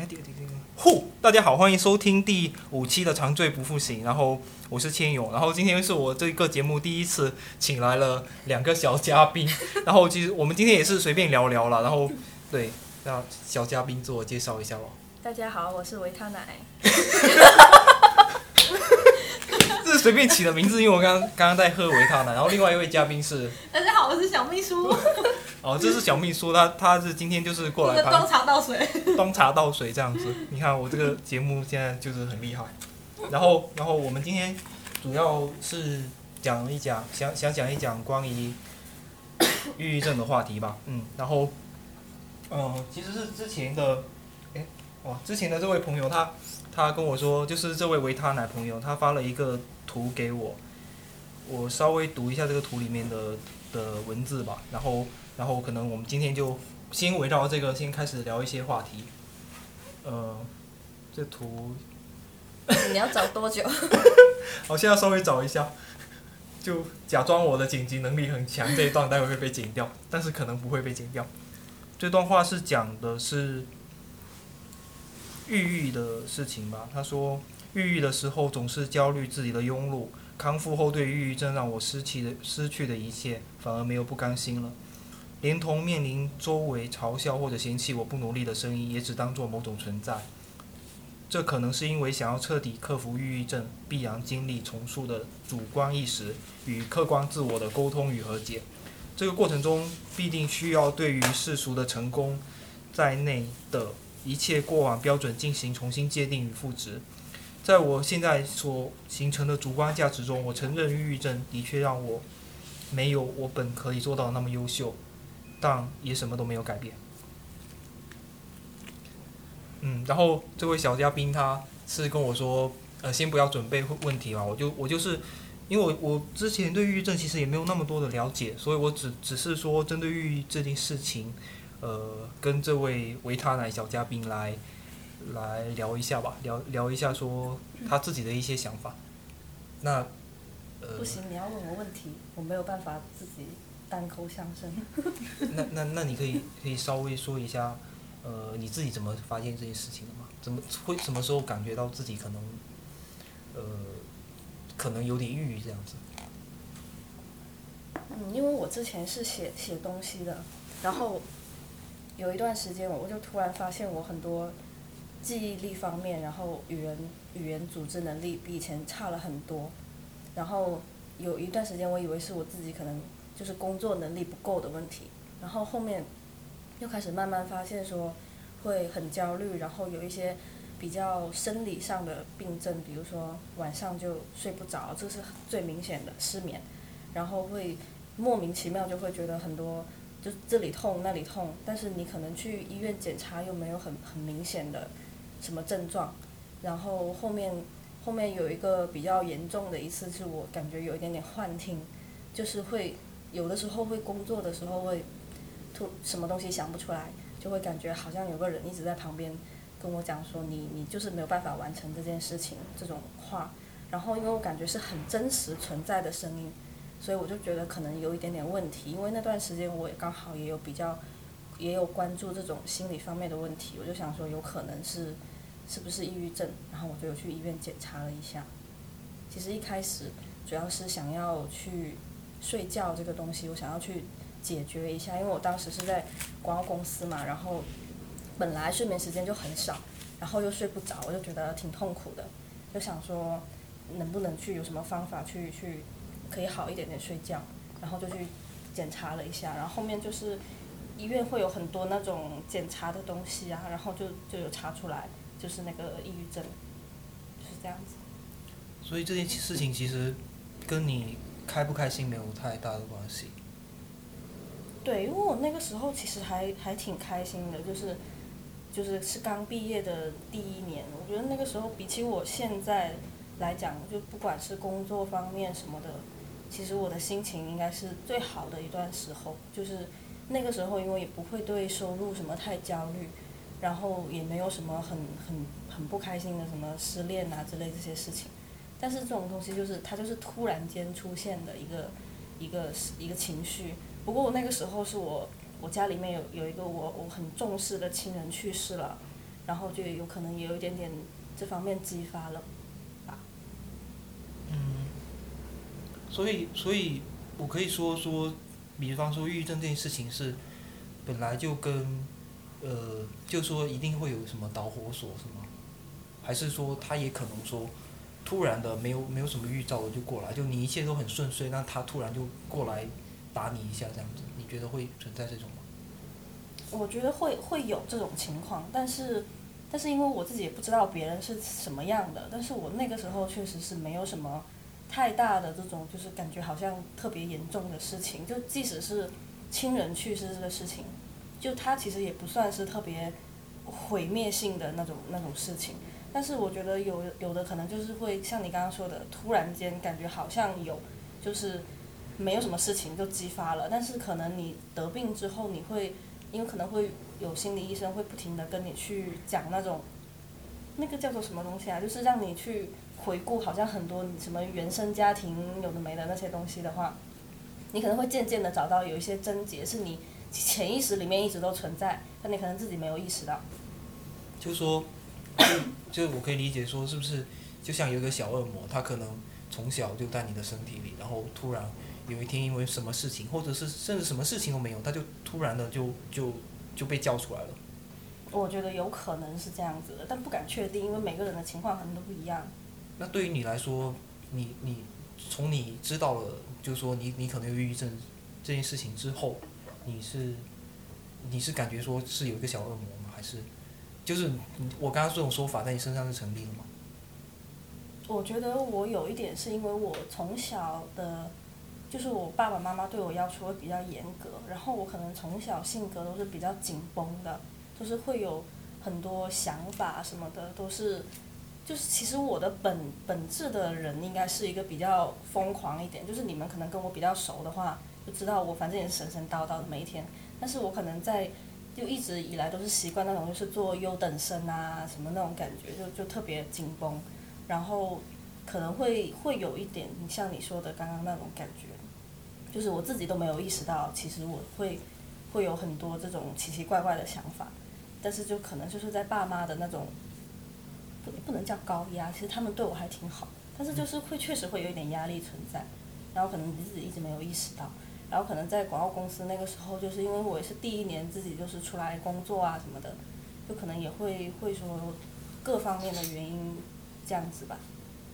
大家好，欢迎收听第5期的长醉不复醒。然后我是千勇，然后今天是我这个节目第一次请来了2个小嘉宾。然后其实我们今天也是随便聊聊啦。然后对，那小嘉宾自我介绍一下吧。 大家好，我是维他奶。 这是随便起的名字，因为我刚刚在喝维他奶。然后另外一位嘉宾是， 大家好，我是小秘书。 哦，这是小秘书，他是今天就是过来端茶倒水， 端茶倒水这样子。你看我这个节目现在就是很厉害。然后我们今天主要是想讲一讲关于抑郁症的话题吧。然后其实是之前的这位朋友他跟我说，就是这位维他奶朋友他发了一个图给我，我稍微读一下这个图里面的文字吧。然后可能我们今天就先围绕这个先开始聊一些话题。这图你要找多久？ 好，现在稍微找一下，就假装我的剪辑能力很强，这一段待会会被剪掉，但是可能不会被剪掉。这段话是讲的是抑郁的事情吧。他说，抑郁的时候总是焦虑自己的庸碌，康复后对抑郁症让我失去的一切，反而没有不甘心了。连同面临周围嘲笑或者嫌弃我不努力的声音，也只当作某种存在。这可能是因为想要彻底克服抑郁症，必然经历重塑的主观意识与客观自我的沟通与和解。这个过程中必定需要对于世俗的成功在内的一切过往标准进行重新界定与复制。在我现在所形成的主观价值中，我承认抑郁症的确让我没有我本可以做到那么优秀，但也什么都没有改变。然后这位小嘉宾他是跟我说，先不要准备问题嘛，我就是因为我之前对抑郁症其实也没有那么多的了解，所以我只是说针对抑郁这件事情，跟这位维他奶小嘉宾来聊一下吧，聊一下说他自己的一些想法。那不行，你要问我问题，我没有办法自己单口相声。 那你可以稍微说一下，你自己怎么发现这些事情的吗？什么时候感觉到自己可能有点抑郁这样子？ 因为我之前是写东西的，然后有一段时间我就突然发现我很多记忆力方面，然后语言组织能力比以前差了很多。然后有一段时间我以为是我自己可能就是工作能力不够的问题，然后后面又开始慢慢发现说会很焦虑，然后有一些比较生理上的病症，比如说晚上就睡不着，这是最明显的失眠，然后会莫名其妙就会觉得很多就这里痛那里痛，但是你可能去医院检查又没有很明显的什么症状。然后后面有一个比较严重的一次是我感觉有一点点幻听，就是会有的时候会工作的时候会什么东西想不出来，就会感觉好像有个人一直在旁边跟我讲说你就是没有办法完成这件事情这种话。然后因为我感觉是很真实存在的声音，所以我就觉得可能有一点点问题。因为那段时间我也刚好也有关注这种心理方面的问题，我就想说有可能是不是抑郁症，然后我就有去医院检查了一下。其实一开始主要是想要去睡觉这个东西，我想要去解决一下，因为我当时是在广告公司嘛，然后本来睡眠时间就很少，然后又睡不着，我就觉得挺痛苦的，就想说能不能有什么方法去可以好一点点睡觉，然后就去检查了一下，然后后面就是医院会有很多那种检查的东西啊，然后就有查出来就是那个抑郁症，就是这样子。 所以这件事情其实跟你开不开心没有太大的关系。 对，因为我那个时候其实还挺开心的，就是刚毕业的第1年，我觉得那个时候比起我现在来讲，就不管是工作方面什么的，其实我的心情应该是最好的一段时候。就是那个时候因为也不会对收入什么太焦虑，然后也没有什么很不开心的什么失恋啊之类这些事情。但是这种东西就是它就是突然间出现的一个情绪。不过我那个时候是我家里面有一个我很重视的亲人去世了， 然后就有可能也有一点点这方面激发了吧。 所以我可以说，比方说抑郁症这件事情是本来就跟就说一定会有什么导火索是吗？还是说他也可能说突然的没有什么预兆的就过来，就你一切都很顺遂，那他突然就过来打你一下这样子，你觉得会存在这种吗？ 我觉得会有这种情况，但是因为我自己也不知道别人是什么样的，但是我那个时候确实是没有什么太大的这种就是感觉好像特别严重的事情，就即使是亲人去世这个事情，就它其实也不算是特别毁灭性的那种事情。但是我觉得有的可能就是会像你刚刚说的，突然间感觉好像有，就是没有什么事情就激发了，但是可能你得病之后，你会因为可能会有心理医生会不停的跟你去讲那种，那个叫做什么东西啊，就是让你去回顾好像很多你什么原生家庭有的没的那些东西的话，你可能会渐渐的找到有一些症结是你潜意识里面一直都存在，但你可能自己没有意识到。 就是说，就我可以理解说，是不是就像有一个小恶魔，他可能从小就在你的身体里，然后突然有一天因为什么事情，或者是甚至什么事情都没有，他就突然的就被叫出来了。 我觉得有可能是这样子的，但不敢确定，因为每个人的情况可能都不一样。 那对于你来说，你从你知道了，就是说你可能有抑郁症这件事情之后，你是感觉说是有一个小恶魔吗？还是就是我刚刚这种说法在你身上是成立的吗？ 我觉得我有一点是因为我从小的，就是我爸爸妈妈对我要求会比较严格，然后我可能从小性格都是比较紧绷的，就是会有很多想法什么的，都是，就是其实我的本质的人应该是一个比较疯狂一点，就是你们可能跟我比较熟的话，就知道我反正也是神神叨叨的每一天，但是我可能就一直以来都是习惯那种就是做优等生啊什么那种感觉，就特别紧绷。然后可能会有一点像你说的刚刚那种感觉，就是我自己都没有意识到，其实我会有很多这种奇奇怪怪的想法，但是就可能就是在爸妈的那种不能叫高压，其实他们对我还挺好，但是就是确实会有一点压力存在，然后可能自己一直没有意识到，然后可能在广告公司那个时候，就是因为我也是第一年自己就是出来工作啊什么的，就可能也会说各方面的原因。这样子吧。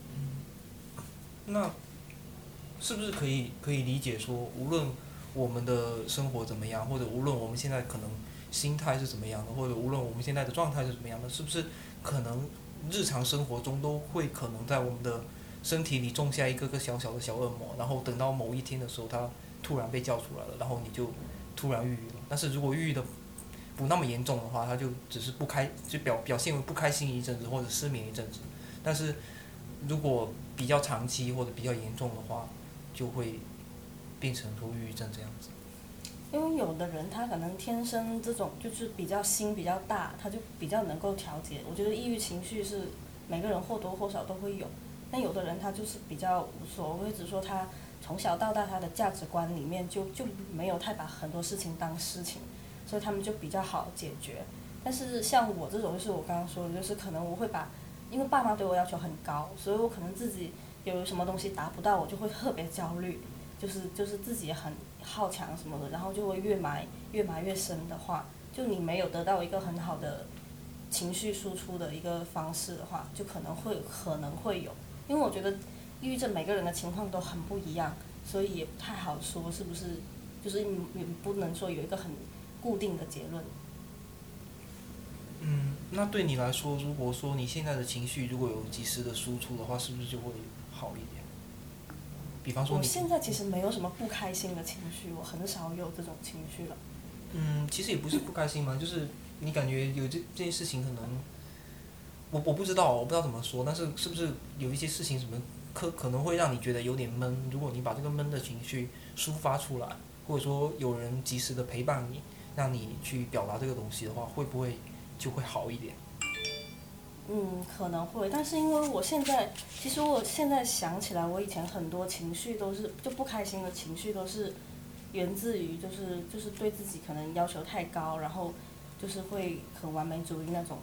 那是不是可以理解说，无论我们的生活怎么样，或者无论我们现在可能心态是怎么样的，或者无论我们现在的状态是怎么样的，是不是可能日常生活中都会可能在我们的身体里种下一个个小小的小恶魔，然后等到某一天的时候，它突然被叫出来了，然后你就突然抑郁了。但是如果抑郁的不那么严重的话，它就只是就表现为不开心一阵子，或者失眠一阵子。但是如果比较长期或者比较严重的话，就会变成说抑郁症这样子。 因为有的人他可能天生这种就是比较心比较大，他就比较能够调节。我觉得抑郁情绪是每个人或多或少都会有，但有的人他就是比较无所谓，只说他从小到大他的价值观里面就没有太把很多事情当事情，所以他们就比较好解决。但是像我这种，就是我刚刚说的，就是可能我会把，因为爸妈对我要求很高，所以我可能自己有什么东西达不到，我就会特别焦虑，就是自己很好强什么的，然后就会越埋越深的话，就你没有得到一个很好的情绪输出的一个方式的话，就可能会有，因为我觉得抑郁症每个人的情况都很不一样，所以也不太好说是不是，就是也不能说有一个很固定的结论。 那对你来说，如果说你现在的情绪如果有及时的输出的话，是不是就会好一点？比方说我现在其实没有什么不开心的情绪，我很少有这种情绪了。 其实也不是不开心嘛，就是你感觉有这件事情可能，我不知道，我不知道怎么说，但是是不是有一些事情什么可能会让你觉得有点闷？如果你把这个闷的情绪抒发出来，或者说有人及时的陪伴你，让你去表达这个东西的话，会不会就会好一点？ 可能会，但是因为其实我现在想起来，我以前很多情绪都是就不开心的情绪都是源自于就是对自己可能要求太高，然后就是会很完美主义那种，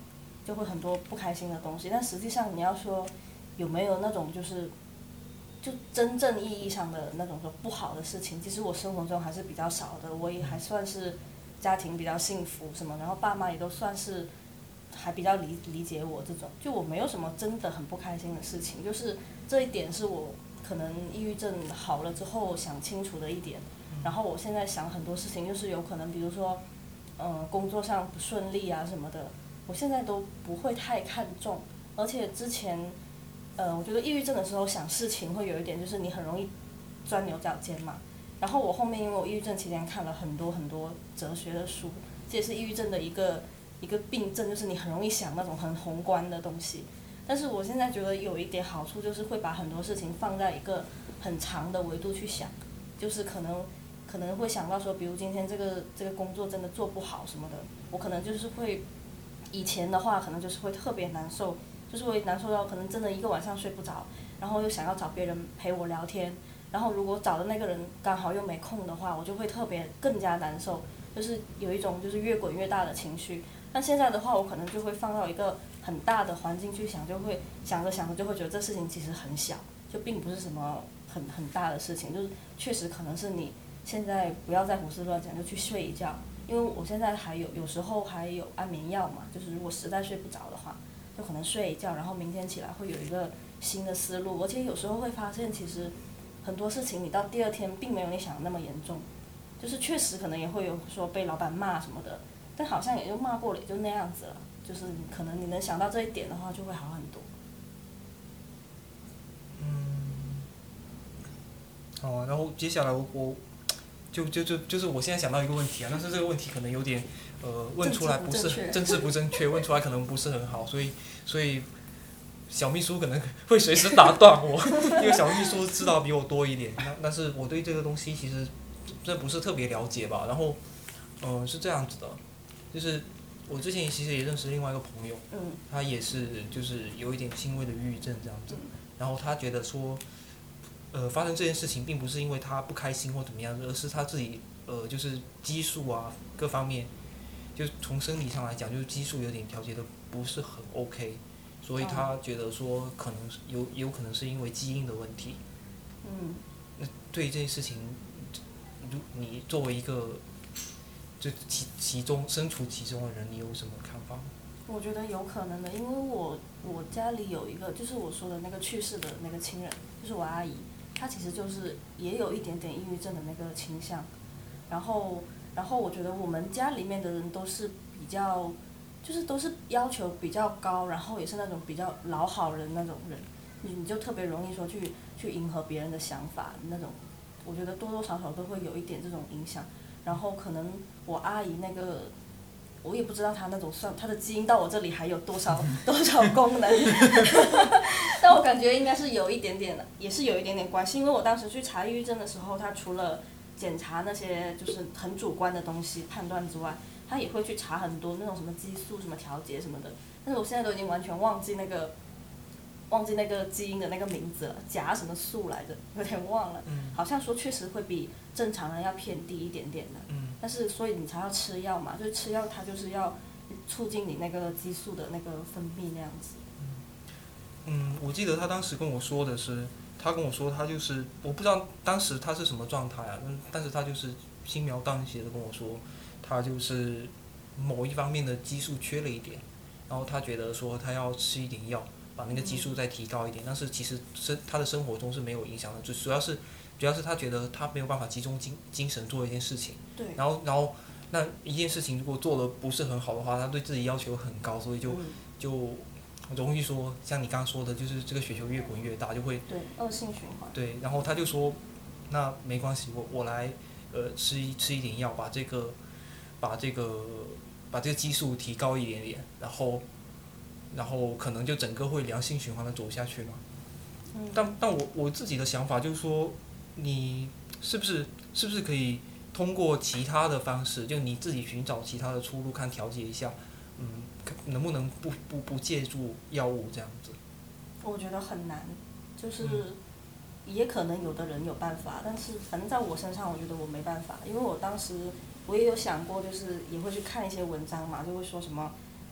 就会很多不开心的东西。但实际上你要说有没有那种就真正意义上的那种说不好的事情，其实我生活中还是比较少的。我也还算是家庭比较幸福什么，然后爸妈也都算是还比较理解我这种，就我没有什么真的很不开心的事情。就是这一点是我可能抑郁症好了之后想清楚的一点。然后我现在想很多事情，就是有可能比如说工作上不顺利啊什么的，我现在都不会太看重。而且之前我觉得抑郁症的时候想事情会有一点，就是你很容易钻牛角尖嘛。然后我后面因为我抑郁症期间看了很多很多哲学的书，这也是抑郁症的一个病症，就是你很容易想那种很宏观的东西。但是我现在觉得有一点好处，就是会把很多事情放在一个很长的维度去想，就是可能会想到说，比如今天这个工作真的做不好什么的，我可能就是会，以前的话可能就是会特别难受，就是会难受到可能真的一个晚上睡不着，然后又想要找别人陪我聊天，然后如果找的那个人刚好又没空的话，我就会特别更加难受，就是有一种就是越滚越大的情绪。但现在的话，我可能就会放到一个很大的环境去想，就会想着想着就会觉得这事情其实很小，就并不是什么很大的事情，就是确实可能是你现在不要再胡思乱想，就去睡一觉。因为我现在有时候还有安眠药嘛，就是如果实在睡不着的话，就可能睡一觉，然后明天起来会有一个新的思路。而且有时候会发现，其实很多事情你到第二天并没有你想的那么严重，就是确实可能也会有说被老板骂什么的，但好像也就骂过了，也就那样子了。就是可能你能想到这一点的话，就会好很多。 好啊，然后接下来我就是我现在想到一个问题啊，但是这个问题可能有点问出来不是政治不正确，问出来可能不是很好，所以小秘书可能会随时打断我，因为小秘书知道比我多一点，但是我对这个东西其实真不是特别了解吧。然后是这样子的，就是我之前其实也认识另外一个朋友，他也是就是有一点轻微的抑郁症这样子，然后他觉得说。发生这件事情并不是因为他不开心或怎么样，而是他自己就是激素啊各方面，就从生理上来讲，就是激素有点调节的不是很 OK， 所以他觉得说可能有可能是因为基因的问题。那对于这件事情，你作为一个就其中身处其中的人，你有什么看法？ 我觉得有可能的，因为我家里有一个就是我说的那个去世的那个亲人，就是我阿姨。他其实就是也有一点点抑郁症的那个倾向，然后我觉得我们家里面的人都是比较，就是都是要求比较高，然后也是那种比较老好人那种人，你就特别容易说去迎合别人的想法那种，我觉得多多少少都会有一点这种影响。然后可能我阿姨那个，我也不知道她那种算她的基因到我这里还有多少功能。但我感觉应该是有一点点的，也是有一点点关系，因为我当时去查抑郁症的时候，他除了检查那些就是很主观的东西判断之外，他也会去查很多那种什么激素什么调节什么的，但是我现在都已经完全忘记那个基因的那个名字了，甲什么素来着，有点忘了。好像说确实会比正常人要偏低一点点的。但是所以你才要吃药嘛，就是吃药它就是要促进你那个激素的那个分泌那样子。 我记得他当时跟我说的是，他跟我说他就是我不知道当时他是什么状态啊，但是他就是轻描淡写的跟我说，他就是某一方面的激素缺了一点，然后他觉得说他要吃一点药，把那个激素再提高一点，但是其实他的生活中是没有影响的，主要是他觉得他没有办法集中精神做一件事情， 对， 然后那一件事情如果做的不是很好的话，他对自己要求很高，所以就容易说像你刚刚说的，就是这个雪球越滚越大，就会对恶性循环。 对，然后他就说，那没关系，我来吃一点药，把这个激素提高一点点，然后可能就整个会良性循环的走下去嘛。但我自己的想法就是说，你是不是可以通过其他的方式，就你自己寻找其他的出路，看调节一下，能不能不借助药物这样子？ 我觉得很难，就是也可能有的人有办法，但是反正在我身上，我觉得我没办法，因为我当时我也有想过，就是也会去看一些文章嘛，就会说什么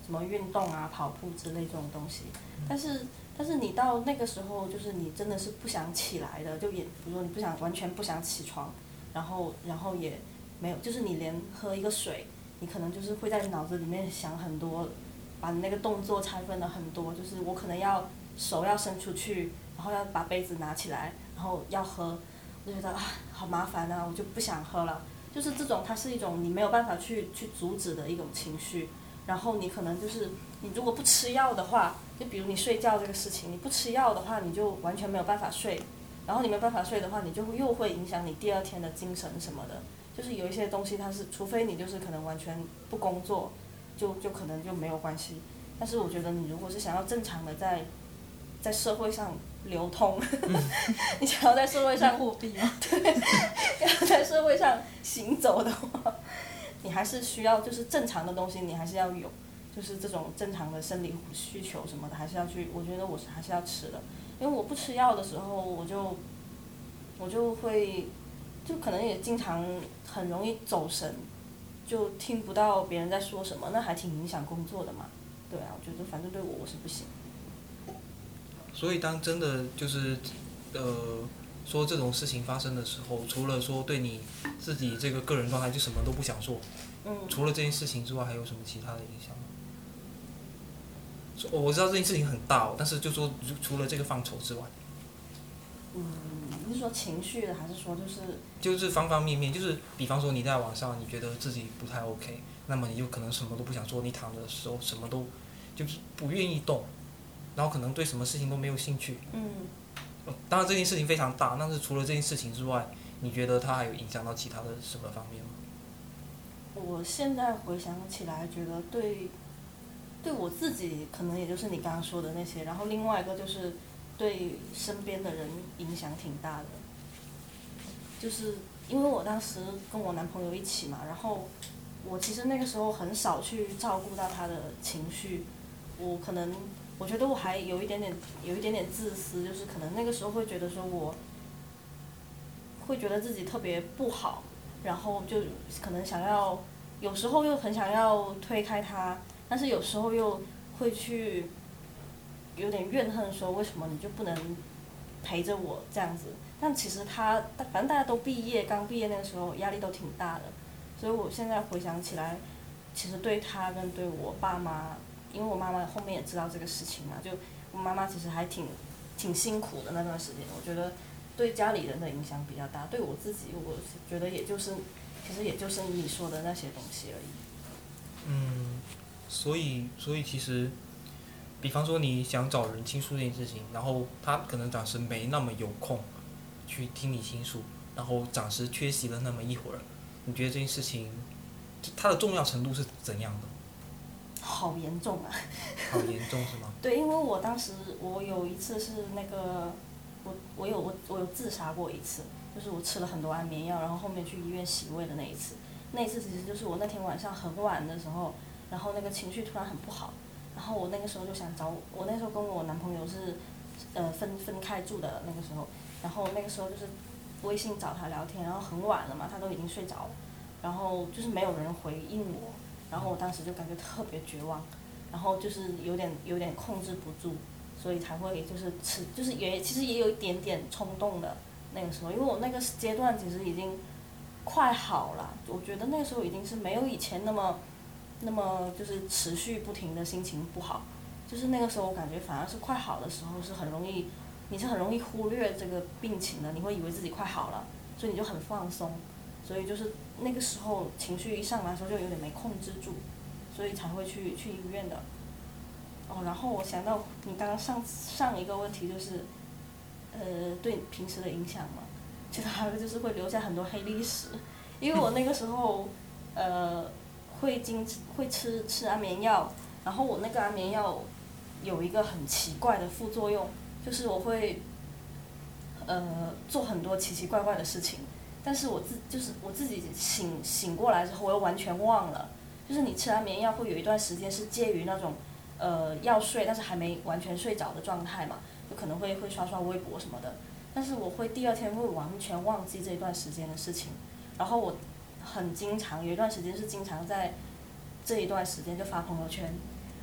什么运动啊、跑步之类这种东西。但是你到那个时候，就是你真的是不想起来的，就也比如说你完全不想起床，然后也没有，就是你连喝一个水，你可能就是会在脑子里面想很多，把你那个动作拆分了很多，就是我可能手要伸出去，然后要把杯子拿起来，然后要喝，我就觉得啊好麻烦啊，我就不想喝了。就是这种，它是一种你没有办法去阻止的一种情绪。然后你可能就是你如果不吃药的话，就比如你睡觉这个事情，你不吃药的话，你就完全没有办法睡。然后你没有办法睡的话，你就又会影响你第二天的精神什么的。就是有一些东西它是，除非你就是可能完全不工作，就可能就没有关系。但是我觉得你如果是想要正常的在社会上流通，你想要在社会上货币吗？ 对，要在社会上行走的话，你还是需要就是正常的东西，你还是要有，就是这种正常的生理需求什么的，还是要去。我觉得我还是要吃的，因为我不吃药的时候，我就会，就可能也经常很容易走神，就听不到别人在说什么，那还挺影响工作的嘛。对啊，我觉得反正对我是不行。 所以当真的就是说这种事情发生的时候，除了说对你自己这个个人状态就什么都不想做，除了这件事情之外，还有什么其他的影响吗？我知道这件事情很大，但是就说除了这个范畴之外， 你是说情绪的，还是说就是方方面面，就是比方说你在网上你觉得自己不太 OK， 那么你就可能什么都不想做，你躺着的时候什么都就是不愿意动，然后可能对什么事情都没有兴趣。当然这件事情非常大，但是除了这件事情之外，你觉得它还有影响到其他的什么方面吗？ 我现在回想起来，觉得对我自己可能也就是你刚刚说的那些，然后另外一个就是对身边的人影响挺大的。就是因为我当时跟我男朋友一起嘛，然后我其实那个时候很少去照顾到他的情绪，我觉得我还有一点点自私，就是可能那个时候会觉得说我会觉得自己特别不好，然后就可能有时候又很想要推开他，但是有时候又会去有点怨恨，说为什么你就不能陪着我这样子。但其实反正大家都刚毕业那个时候压力都挺大的，所以我现在回想起来，其实对他跟对我爸妈，因为我妈妈后面也知道这个事情嘛，就我妈妈其实还挺辛苦的那段时间，我觉得对家里人的影响比较大，对我自己我觉得其实也就是你说的那些东西而已。 所以其实，比方说你想找人倾诉这件事情，然后他可能暂时没那么有空去听你倾诉，然后暂时缺席了那么一会儿，你觉得这件事情它的重要程度是怎样的？ 好严重啊！ 好严重是吗？ 对，因为我当时我有一次是那个，我有自杀过一次，就是我吃了很多安眠药，然后后面去医院洗胃的那一次。那一次其实就是我那天晚上很晚的时候，然后那个情绪突然很不好，然后我那个时候就想我那时候跟我男朋友是分开住的那个时候，然后那个时候就是微信找他聊天，然后很晚了嘛，他都已经睡着了，然后就是没有人回应我，然后我当时就感觉特别绝望，然后就是有点控制不住，所以才会就是其实也有一点点冲动的那个时候，因为我那个阶段其实已经快好了，我觉得那个时候已经是没有以前那么就是持续不停的心情不好，就是那个时候我感觉反而是快好的时候你是很容易忽略这个病情的，你会以为自己快好了，所以你就很放松，所以就是那个时候情绪一上来的时候就有点没控制住，所以才会去医院的。然后我想到你刚刚上一个问题就是，对平时的影响嘛，其实还有就是会留下很多黑历史，因为我那个时候，会吃安眠药，然后我那个安眠药有一个很奇怪的副作用，就是我会，做很多奇奇怪怪的事情，但是我自己醒过来之后，我又完全忘了，就是你吃安眠药会有一段时间是介于那种。要睡但是还没完全睡着的状态嘛，就可能会刷微博什么的，但是我会第二天会完全忘记这一段时间的事情，然后我很经常有一段时间是经常在这一段时间就发朋友圈，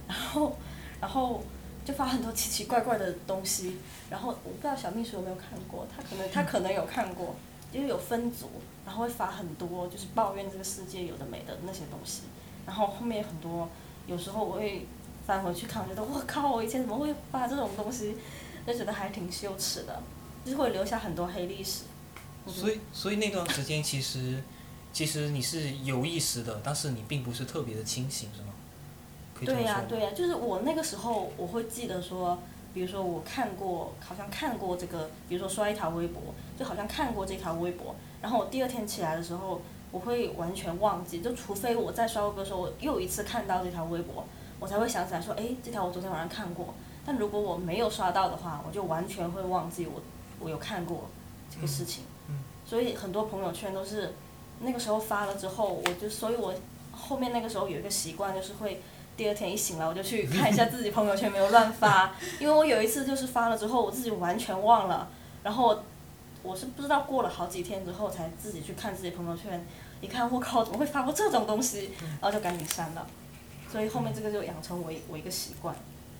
然后就发很多奇奇怪怪的东西，然后我不知道小秘书有没有看过，他可能有看过，就是有分组，然后会发很多就是抱怨这个世界有的没的那些东西，然后后面很多有时候我会翻回去看，我觉得我靠，我以前怎么会发这种东西，就觉得还挺羞耻的，就是会留下很多黑历史。 所以那段时间其实你是有意识的，但是你并不是特别的清醒，是吗？可以这么说吗？ 对呀，就是我那个时候我会记得说，比如说我好像看过这个，比如说刷一条微博，就好像看过这条微博，然后我第二天起来的时候，我会完全忘记，就除非我在刷微博的时候，我又一次看到这条微博，我才会想起来说，哎，这条我昨天晚上看过。但如果我没有刷到的话，我就完全会忘记我有看过这个事情。所以很多朋友圈都是那个时候发了之后，所以我后面那个时候有一个习惯，就是会第二天一醒来我就去看一下自己朋友圈没有乱发，因为我有一次就是发了之后我自己完全忘了，然后我是不知道过了好几天之后才自己去看自己朋友圈，一看我靠怎么会发过这种东西，然后就赶紧删了，所以后面这个就养成我一个习惯。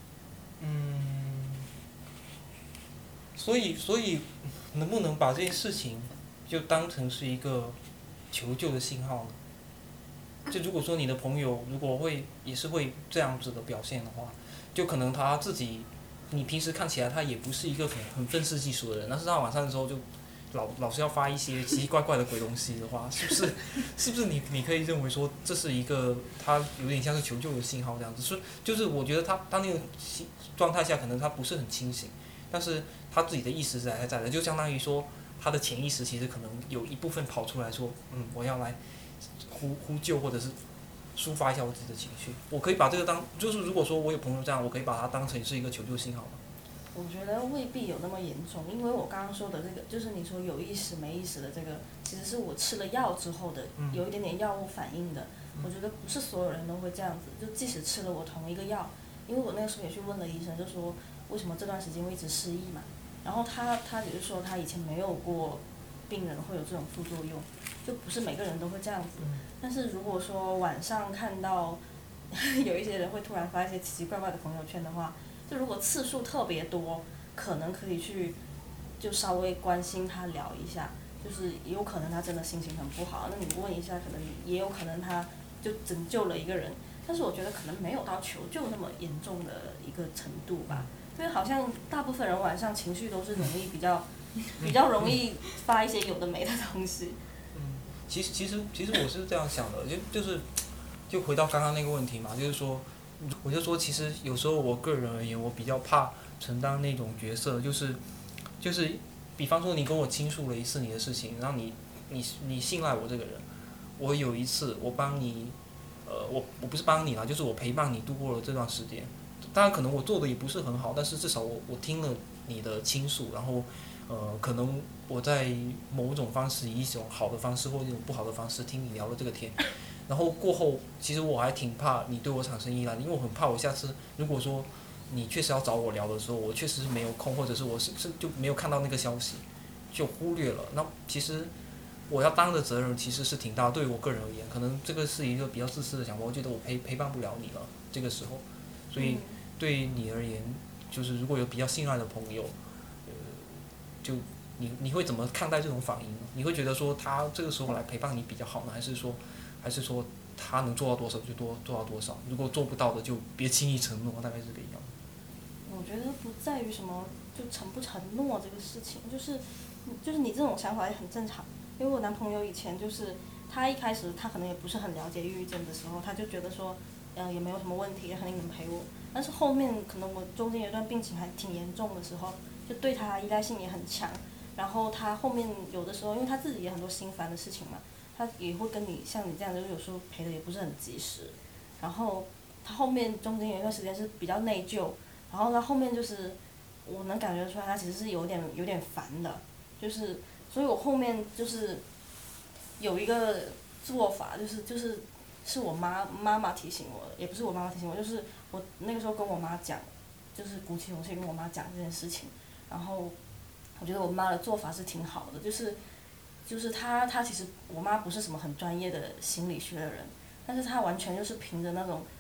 所以能不能把这件事情就当成是一个求救的信号呢？就如果说你的朋友如果也是会这样子的表现的话，就可能他自己，你平时看起来他也不是一个很愤世嫉俗的人，但是他晚上的时候就老是要发一些奇奇怪怪的鬼东西的话，是不是你可以认为说这是一个他有点像是求救的信号这样子？就是我觉得他当那个状态下可能他不是很清醒，但是他自己的意识是还在的，就相当于说他的潜意识其实可能有一部分跑出来说，我要来呼救或者是抒发一下我自己的情绪。我可以把这个就是如果说我有朋友这样，我可以把它当成是一个求救信号吗？ 我觉得未必有那么严重，因为我刚刚说的这个，就是你说有意识没意识的这个，其实是我吃了药之后的，有一点点药物反应的。我觉得不是所有人都会这样子，就即使吃了我同一个药，因为我那个时候也去问了医生，就说为什么这段时间会一直失忆嘛，然后他也是说他以前没有过病人会有这种副作用，就不是每个人都会这样子。但是如果说晚上看到有一些人会突然发一些奇奇怪怪的朋友圈的话，就如果次数特别多，可能可以去就稍微关心他聊一下，就是也有可能他真的心情很不好，那你问一下，可能也有可能他就拯救了一个人，但是我觉得可能没有到求救那么严重的一个程度吧，因为好像大部分人晚上情绪都是容易比较容易发一些有的没的东西。 其实我是这样想的，就回到刚刚那个问题嘛，就是说，我就说其实有时候我个人而言，我比较怕承担那种角色，就是比方说你跟我倾诉了一次你的事情，然后你信赖我这个人，我有一次我帮你，我不是帮你啦，就是我陪伴你度过了这段时间，当然可能我做的也不是很好，但是至少我听了你的倾诉，然后可能我在某种方式以一种好的方式或一种不好的方式听你聊了这个天，然后过后其实我还挺怕你对我产生依赖的，因为我很怕我下次如果说你确实要找我聊的时候，我确实是没有空，或者是我是就没有看到那个消息，就忽略了。那其实我要担的责任其实是挺大，对于我个人而言，可能这个是一个比较自私的想法，我觉得我陪伴不了你了这个时候，所以对于你而言，就是如果有比较信赖的朋友，就你会怎么看待这种反应呢？你会觉得说他这个时候来陪伴你比较好呢，还是说他能做到多少就做到多少？如果做不到的就别轻易承诺，大概是这个样。 我觉得不在于什么就承不承诺这个事情，就是你这种想法也很正常。因为我男朋友以前就是他一开始他可能也不是很了解抑郁症的时候，他就觉得说，也没有什么问题，肯定能陪我。但是后面可能我中间有一段病情还挺严重的时候，就对他依赖性也很强。然后他后面有的时候，因为他自己也很多心烦的事情嘛，他也会跟你像你这样，就是有时候陪的也不是很及时。然后他后面中间有一段时间是比较内疚，然后他后面就是我能感觉出来他其实是有点烦的，就是所以我后面就是有一个做法，是我妈妈提醒我的，也不是我妈妈提醒我，就是我那个时候跟我妈讲，就是鼓起勇气跟我妈讲这件事情，然后我觉得我妈的做法是挺好的，就是她其实我妈不是什么很专业的心理学的人，但是她完全就是凭着那种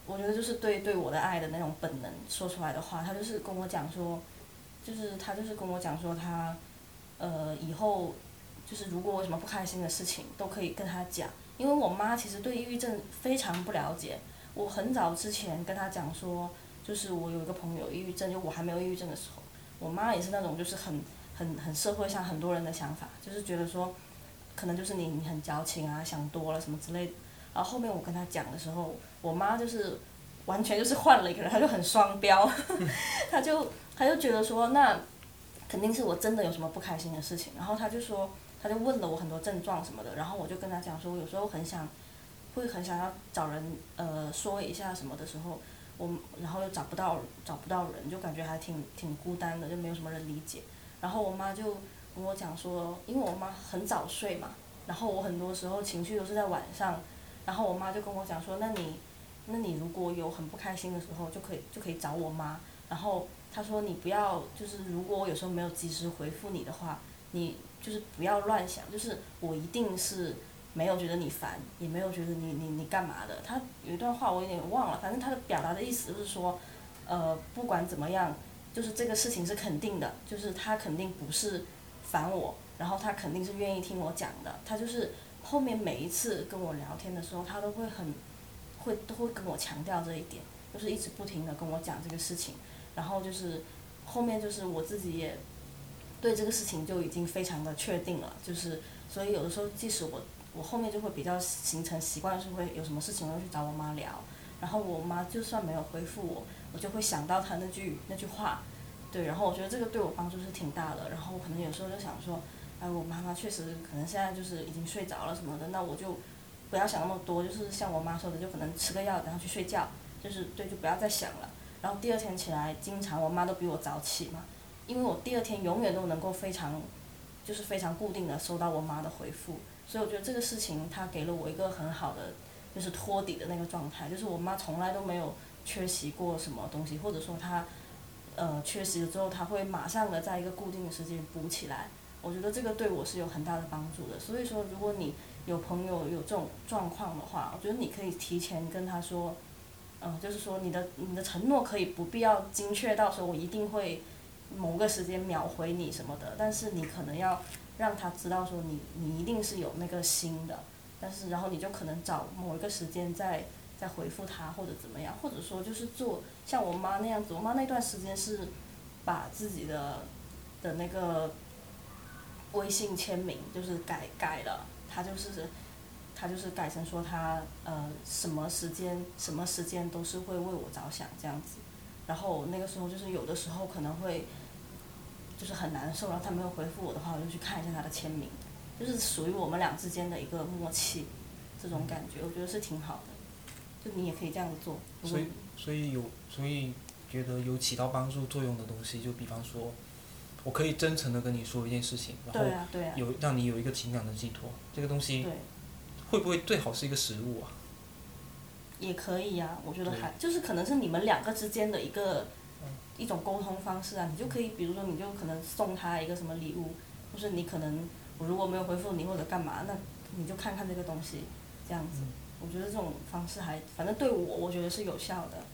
我觉得就是对我的爱的那种本能说出来的话，他就是跟我讲说，他就是跟我讲说他，以后就是如果我有什么不开心的事情都可以跟他讲，因为我妈其实对抑郁症非常不了解。我很早之前跟她讲说，就是我有一个朋友抑郁症，就我还没有抑郁症的时候，我妈也是那种就是很社会上很多人的想法，就是觉得说，可能就是你很矫情啊，想多了什么之类的。然后后面我跟她讲的时候，我妈就是完全就是换了一个人，她就很双标，她就觉得说那肯定是我真的有什么不开心的事情，然后她就说，她就问了我很多症状什么的，然后我就跟她讲说，我有时候会很想要找人说一下什么的时候，然后又找不到人，就感觉还挺孤单的，就没有什么人理解。然后我妈就跟我讲说，因为我妈很早睡嘛，然后我很多时候情绪都是在晚上，然后我妈就跟我讲说，那你如果有很不开心的时候，就可以找我妈。然后她说你不要，就是如果我有时候没有及时回复你的话，你就是不要乱想，就是我一定是没有觉得你烦，也没有觉得你干嘛的。她有一段话我有点忘了，反正她的表达的意思就是说，不管怎么样，就是这个事情是肯定的，就是他肯定不是烦我，然后他肯定是愿意听我讲的。他就是后面每一次跟我聊天的时候，他都会都会跟我强调这一点，就是一直不停的跟我讲这个事情。然后就是后面就是我自己也对这个事情就已经非常的确定了，就是所以有的时候即使我后面就会比较形成习惯，是会有什么事情我会去找我妈聊，然后我妈就算没有回复我就会想到她那句话，对，然后我觉得这个对我帮助是挺大的。然后可能有时候就想说，哎，我妈妈确实可能现在就是已经睡着了什么的，那我就不要想那么多，就是像我妈说的，就可能吃个药然后去睡觉，就是对，就不要再想了。然后第二天起来，经常我妈都比我早起嘛，因为我第二天永远都能够非常固定的收到我妈的回复，所以我觉得这个事情它给了我一个很好的就是托底的那个状态，就是我妈从来都没有缺席过什么东西，或者说她缺席了之后，她会马上的在一个固定的时间补起来。我觉得这个对我是有很大的帮助的。所以说，如果你有朋友有这种状况的话，我觉得你可以提前跟他说，就是说你的承诺可以不必要精确到说我一定会某个时间秒回你什么的，但是你可能要让他知道说你一定是有那个心的，但是然后你就可能找某一个时间再回复他或者怎么样，或者说就是做像我妈那样子。我妈那段时间是把自己的那个微信签名就是改了，她就是改成说她什么时间都是会为我着想这样子。然后那个时候就是有的时候可能会就是很难受，然后她没有回复我的话，我就去看一下她的签名，就是属于我们俩之间的一个默契，这种感觉我觉得是挺好的。就你也可以这样子做。 所以觉得有起到帮助作用的东西，就比方说，我可以真诚的跟你说一件事情，然后让你有一个情感的寄托，这个东西会不会最好是一个食物啊？ 也可以呀，我觉得就是可能是你们两个之间的一种沟通方式啊。你就可以比如说你就可能送他一个什么礼物，或是你可能我如果没有回复你或者干嘛，那你就看看这个东西，这样子。我觉得这种方式反正对我觉得是有效的。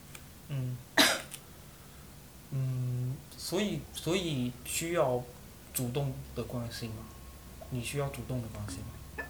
所以需要主动的关心吗？你需要主动的关心吗？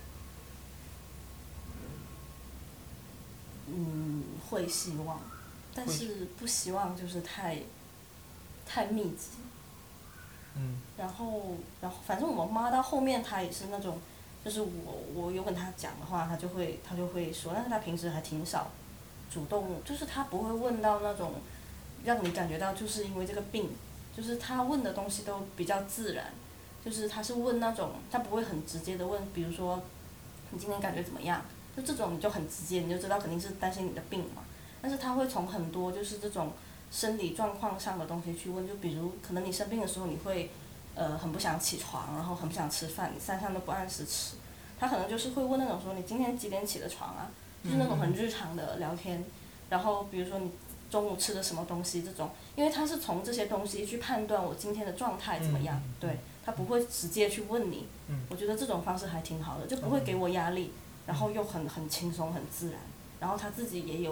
会希望，但是不希望就是太密集。然后反正我妈到后面她也是那种，就是我有跟她讲的话，她就会说，但是她平时还挺少主动，就是她不会问到那种让你感觉到就是因为这个病，就是她问的东西都比较自然，就是她是问那种她不会很直接的问，比如说你今天感觉怎么样，就这种你就很直接，你就知道肯定是担心你的病嘛。但是她会从很多就是这种生理状况上的东西去问，就比如可能你生病的时候你会很不想起床，然后很不想吃饭，你3餐都不按时吃，他可能就是会问那种说你今天几点起的床啊，就是那种很日常的聊天。然后比如说你中午吃的什么东西这种，因为他是从这些东西去判断我今天的状态怎么样，对，他不会直接去问你。我觉得这种方式还挺好的，就不会给我压力，然后又很轻松很自然，然后他自己也有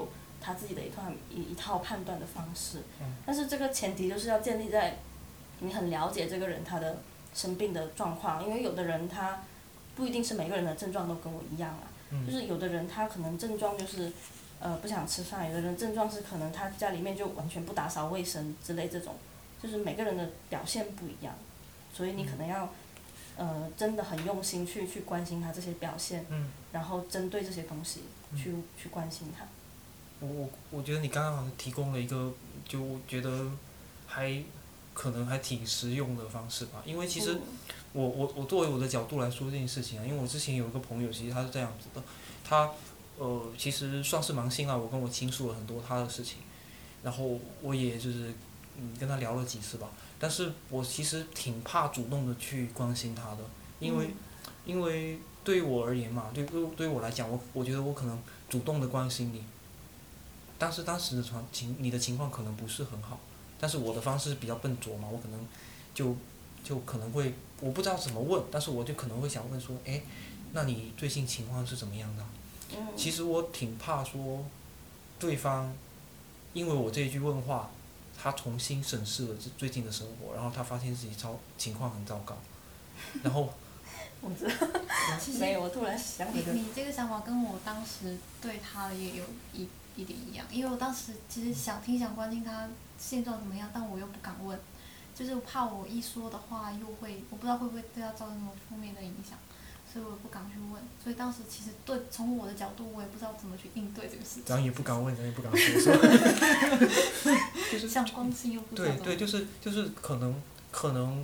他自己的一套判断的方式。但是这个前提就是要建立在你很了解这个人他的生病的状况，因为有的人他不一定是每个人的症状都跟我一样啊，就是有的人他可能症状就是不想吃饭，有的人症状是可能他家里面就完全不打扫卫生之类，这种就是每个人的表现不一样，所以你可能要真的很用心去关心他这些表现，然后针对这些东西去关心他。 我觉得你刚刚好像提供了一个，就我觉得可能还挺实用的方式吧，因为其实我作为我的角度来说这件事情啊，因为我之前有一个朋友，其实他是这样子的，他其实算是蛮辛辣，我跟我倾诉了很多他的事情，然后我也就是跟他聊了几次吧，但是我其实挺怕主动的去关心他的，因为对于我而言嘛，对于我来讲，我觉得我可能主动的关心你，但是当时的你的情况可能不是很好，但是我的方式比较笨拙嘛，我可能就可能会我不知道怎么问，但是我就可能会想问说，哎，那你最近情况是怎么样的？其实我挺怕说，对方因为我这一句问话，他重新审视了最近的生活，然后他发现自己情况很糟糕，然后我知道，没有，我突然想起你这个想法跟我当时对他也有一点一样，因为我当时其实想关心他现状怎么样，但我又不敢问，就是怕我一说的话又会，我不知道会不会对他造成什么负面的影响，所以我也不敢去问。所以当时其实从我的角度，我也不知道怎么去应对这个事情。 咱也不敢问，咱也不敢说， 就是想关心又不知道怎么。 对，就是可能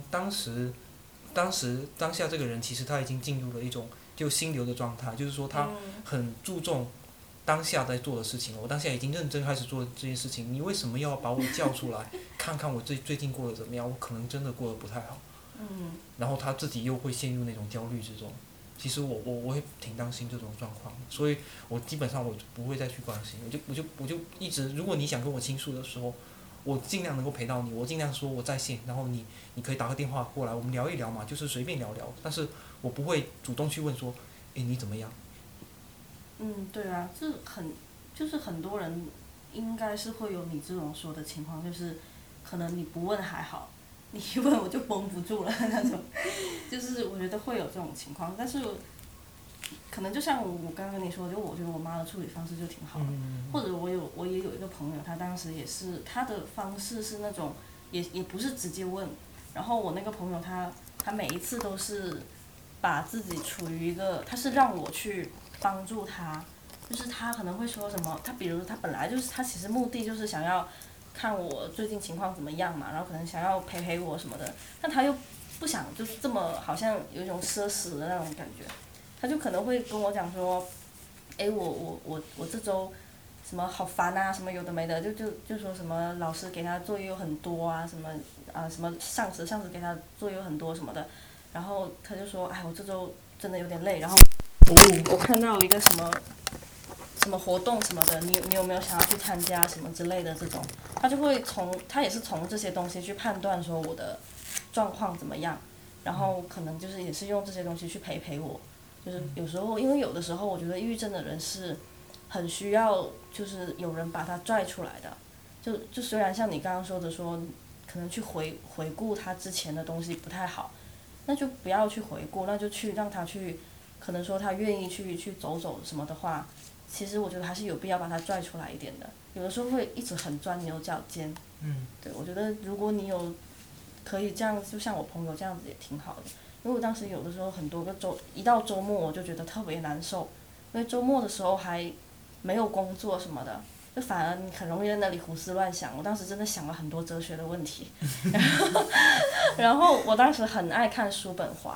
当下这个人其实他已经进入了一种就心流的状态，就是说他很注重当下在做的事情了，我当下已经认真开始做这件事情，你为什么要把我叫出来看看我最近过得怎么样？我可能真的过得不太好。然后他自己又会陷入那种焦虑之中。其实我会挺担心这种状况，所以我基本上我不会再去关心，我就一直，如果你想跟我倾诉的时候，我尽量能够陪到你，我尽量说我在线，然后你可以打个电话过来，我们聊一聊嘛，就是随便聊聊，但是我不会主动去问说，诶你怎么样？ 对啊，就是很多人应该是会有你这种说的情况，就是可能你不问还好，你一问我就绷不住了那种，就是我觉得会有这种情况，但是可能就像我刚刚跟你说，就我觉得我妈的处理方式就挺好的，或者我也有一个朋友，他当时也是他的方式是那种也不是直接问，然后我那个朋友他每一次都是把自己处于一个，他是让我去帮助他，就是他可能会说什么，他比如他本来就是他其实目的就是想要看我最近情况怎么样嘛，然后可能想要陪我什么的，但他又不想就是这么好像有一种奢侈的那种感觉，他就可能会跟我讲说，诶，我这周什么好烦啊，什么有的没的，就说什么老师给他作业有很多啊，什么上司给他作业有很多什么的，然后他就说，哎，我这周真的有点累，然后我看到一个什么活动什么的，你有没有想要去参加什么之类的这种，他也是从这些东西去判断说我的状况怎么样，然后可能就是也是用这些东西去陪我，就是有时候因为有的时候我觉得抑郁症的人是很需要就是有人把他拽出来的，就虽然像你刚刚说的说可能去回顾他之前的东西不太好，那就不要去回顾，那就去让他去，可能说他愿意去走走什么的话，其实我觉得还是有必要把他拽出来一点的，有的时候会一直很钻牛角尖。对，我觉得如果你有可以这样，就像我朋友这样子也挺好的，因为我当时有的时候很多个一到周末我就觉得特别难受，因为周末的时候还没有工作什么的，就反而你很容易在那里胡思乱想。我当时真的想了很多哲学的问题，然后我当时很爱看叔本华，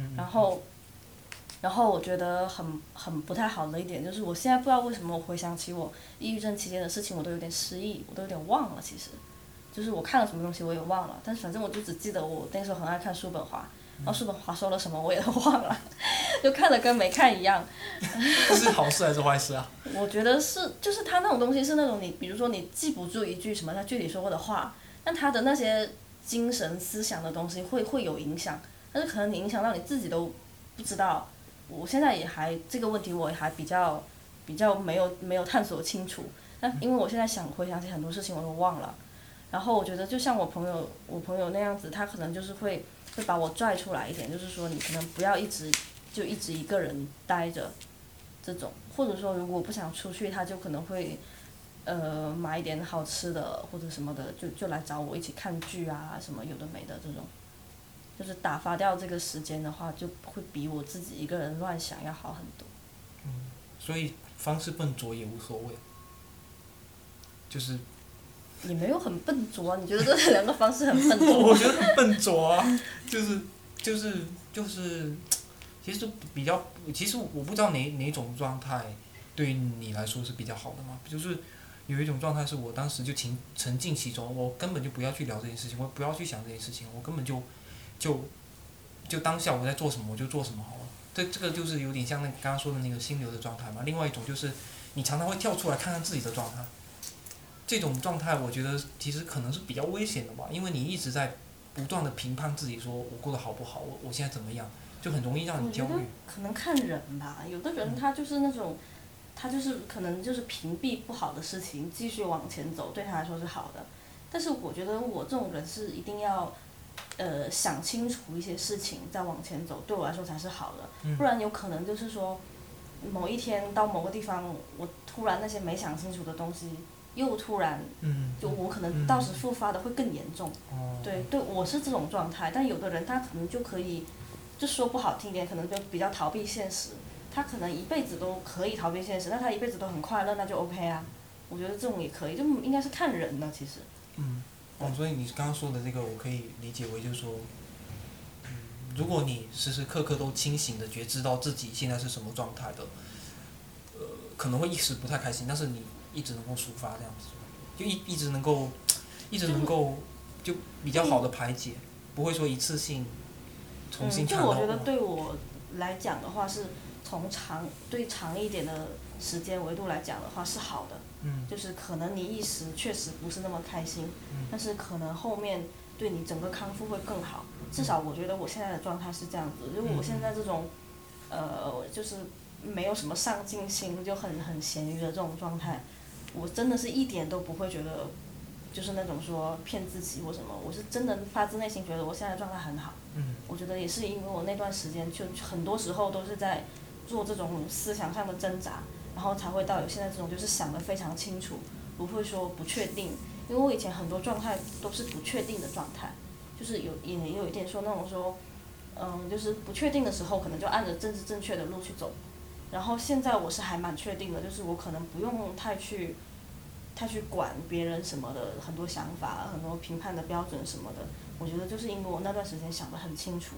然后我觉得很不太好的一点就是，我现在不知道为什么我回想起我抑郁症期间的事情，我都有点失忆，我都有点忘了。其实，就是我看了什么东西我也忘了，但是反正我就只记得我那时候很爱看叔本华，然后叔本华说了什么我也都忘了，就看了跟没看一样。 这是好事还是坏事啊？ 我觉得是，就是他那种东西是那种你，比如说你记不住一句什么他具体说过的话，但他的那些精神思想的东西会有影响，但是可能你影响到你自己都不知道。我现在也还这个问题我也还比较没有探索清楚， 但因为我现在回想起很多事情我都忘了，然后我觉得就像我朋友那样子，他可能就是会把我拽出来一点，就是说你可能不要一直一个人待着，这种，或者说如果不想出去，他就可能会买一点好吃的或者什么的，就来找我一起看剧啊什么有的没的这种，就是打发掉这个时间的话，就会比我自己一个人乱想要好很多。 所以方式笨拙也无所谓，就是也没有很笨拙啊，你觉得这两个方式很笨拙吗？ 我觉得很笨拙啊，就是，其实比较，其实我不知道哪种状态对于你来说是比较好的嘛，就是有一种状态是我当时就沉浸其中，我根本就不要去聊这件事情，我不要去想这件事情，我根本就当下我在做什么我就做什么好了。这个就是有点像刚刚说的那个心流的状态嘛。另外一种就是你常常会跳出来看看自己的状态，这种状态我觉得其实可能是比较危险的吧，因为你一直在不断的评判自己，说我过得好不好，我现在怎么样，就很容易让你焦虑。 我觉得可能看人吧，有的人他就是那种，他就是可能就是屏蔽不好的事情，继续往前走，对他来说是好的。但是我觉得我这种人是一定要，想清楚一些事情再往前走，对我来说才是好的。不然有可能就是说，某一天到某个地方，我突然那些没想清楚的东西又突然，就我可能到时复发的会更严重。对，我是这种状态，但有的人他可能就可以，就说不好听点，可能就比较逃避现实。他可能一辈子都可以逃避现实，那他一辈子都很快乐，那就 OK 啊。我觉得这种也可以，就应该是看人的其实。 所以你刚刚说的这个，我可以理解为就是说，如果你时时刻刻都清醒的觉知到自己现在是什么状态的，可能会一时不太开心，但是你一直能够抒发这样子，就一直能够就比较好的排解，不会说一次性重新看到。 就我觉得对我来讲的话，是从对长一点的时间维度来讲的话是好的。就是可能你一时确实不是那么开心，但是可能后面对你整个康复会更好。至少我觉得我现在的状态是这样子，如果我现在这种，就是没有什么上进心，就很闲鱼的这种状态，我真的是一点都不会觉得，就是那种说骗自己或什么，我是真的发自内心觉得我现在的状态很好。我觉得也是因为我那段时间就很多时候都是在做这种思想上的挣扎。然后才会到有现在这种就是想得非常清楚，不会说不确定，因为我以前很多状态都是不确定的状态，就是也有一点说那种说，就是不确定的时候可能就按着政治正确的路去走，然后现在我是还蛮确定的，就是我可能不用太去管别人什么的很多想法，很多评判的标准什么的，我觉得就是因为我那段时间想得很清楚。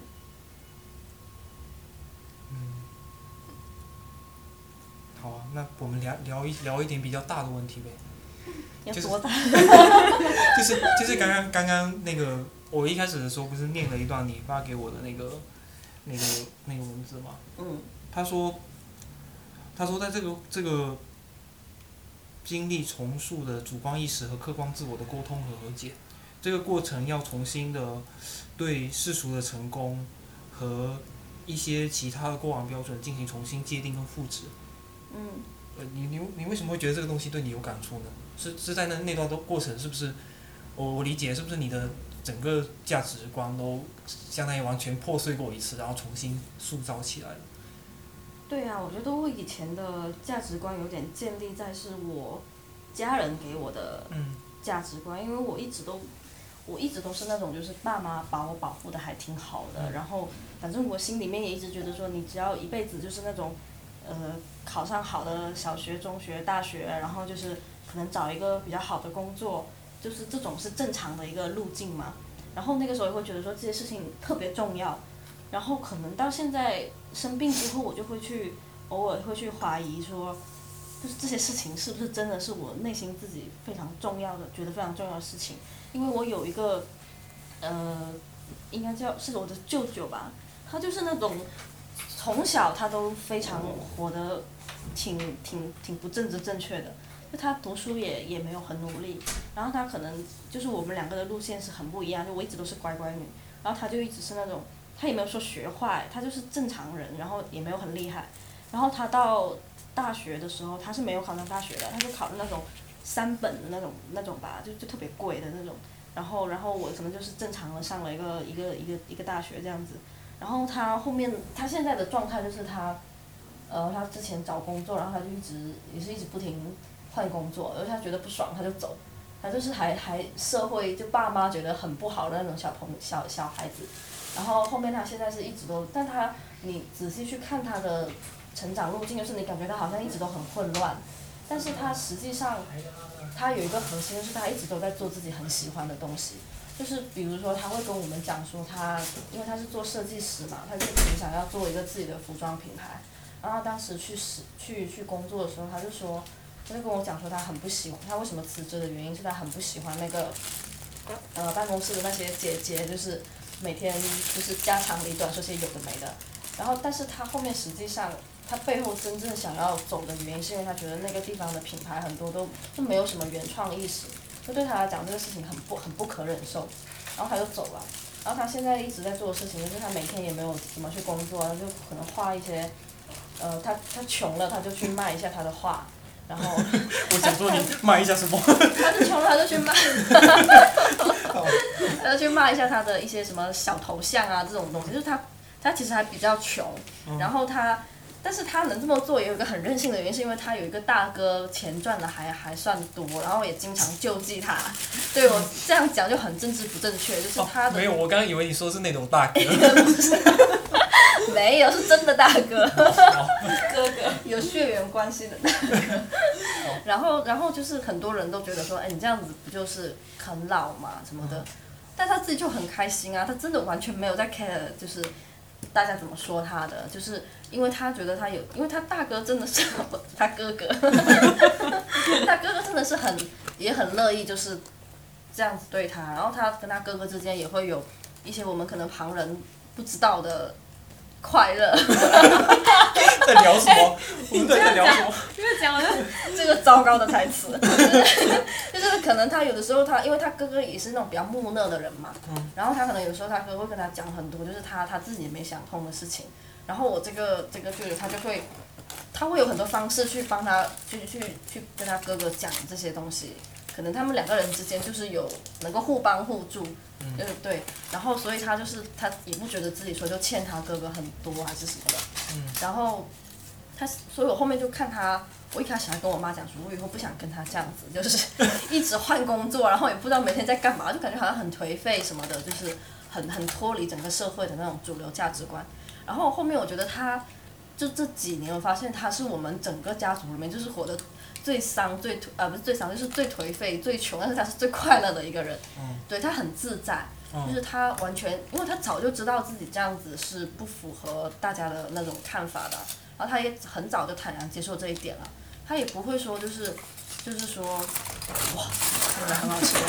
好啊，那我们聊一点比较大的问题呗。 要多大？ 就是刚刚那个，我一开始的时候不是念了一段你发给我的那个文字吗？他说在这个经历重塑的主观意识和客观自我的沟通和和解，这个过程要重新的对世俗的成功和一些其他的过往标准进行重新界定跟复制。你为什么会觉得这个东西对你有感触呢？是在那段过程，是不是？我理解，是不是你的整个价值观都相当于完全破碎过一次，然后重新塑造起来了？ 对啊，我觉得我以前的价值观有点建立在是我家人给我的价值观，因为我一直都是那种就是爸妈把我保护的还挺好的，然后反正我心里面也一直觉得说你只要一辈子就是那种。考上好的小学、中学、大学，然后就是可能找一个比较好的工作，就是这种是正常的一个路径嘛。然后那个时候也会觉得说这些事情特别重要，然后可能到现在生病之后，我就会偶尔会去怀疑说，就是这些事情是不是真的是我内心自己非常重要的，觉得非常重要的事情。因为我有一个，应该是我的舅舅吧，他就是那种。从小他都非常活得挺不政治正确的，就他读书也没有很努力，然后他可能就是我们两个的路线是很不一样，就我一直都是乖乖女，然后他就一直是那种他也没有说学坏，他就是正常人，然后也没有很厉害，然后他到大学的时候他是没有考上大学的，他就考的那种 3本的那种吧，就特别贵的那种。然后我可能就是正常的上了一个大学这样子。然后他现在的状态就是他之前找工作，然后他就一直不停换工作，而且他觉得不爽他就走，他就是还社会就爸妈觉得很不好的那种小孩子。然后后面他现在是一直都，但你仔细去看他的成长路径，就是你感觉他好像一直都很混乱，但是他实际上他有一个核心，就是他一直都在做自己很喜欢的东西。就是比如说他会跟我们讲说因为他是做设计师嘛，他就很想要做一个自己的服装品牌。然后他当时去工作的时候，他就跟我讲说他很不喜欢，他为什么辞职的原因是他很不喜欢那个办公室的那些姐姐，就是每天就是家长里短说些有的没的。然后但是他后面实际上他背后真正想要走的原因，是因为他觉得那个地方的品牌很多都没有什么原创意识，就对他来讲这个事情很不可忍受，然后他就走了。然后他现在一直在做的事情就是他每天也没有怎么去工作，就可能画一些他穷了他就去卖一下他的画，然后我想说你卖一下什么？ 他就穷了他就去卖他就去卖一下他的一些什么小头像啊这种东西，就是他其实还比较穷，然后但是他能这么做也有一个很任性的原因，是因为他有一个大哥，钱赚的还算多，然后也经常救济他。对，我这样讲就很政治不正确，就是他的、 没有，我刚刚以为你说的是那种大哥。 没有，是真的大哥，哥哥有血缘关系的大哥。然后就是很多人都觉得说，哎，你这样子不就是啃老嘛什么的，但他自己就很开心啊，他真的完全没有在 care， 就是大家怎么说他的，就是因为他觉得因为他大哥真的是他哥哥，他哥哥真的是也很乐意就是这样子对他，然后他跟他哥哥之间也会有一些我们可能旁人不知道的快乐。 在聊什么？我们在聊什么？ 因为讲了这个糟糕的台词，就是可能他有的时候因为他哥哥也是那种比较木讷的人嘛，然后他可能有时候他哥会跟他讲很多，就是他自己也没想通的事情，然后我这个舅舅他会有很多方式去帮他去跟他哥哥讲这些东西，可能他们2个人之间就是有能够互帮互助，对，然后所以他也不觉得自己说就欠他哥哥很多还是什么的，然后所以我后面就看他，我一开始还跟我妈讲说，我以后不想跟他这样子，就是一直换工作，然后也不知道每天在干嘛，就感觉好像很颓废什么的，就是很脱离整个社会的那种主流价值观。然后后面我觉得他就这几年，我发现他是我们整个家族里面就是活得最丧、不是最丧，就是最颓废、最穷，但是他是最快乐的一个人。对，他很自在，就是他完全，因为他早就知道自己这样子是不符合大家的那种看法的，然后他也很早就坦然接受这一点了，他也不会说就是说，哇，这个很好吃。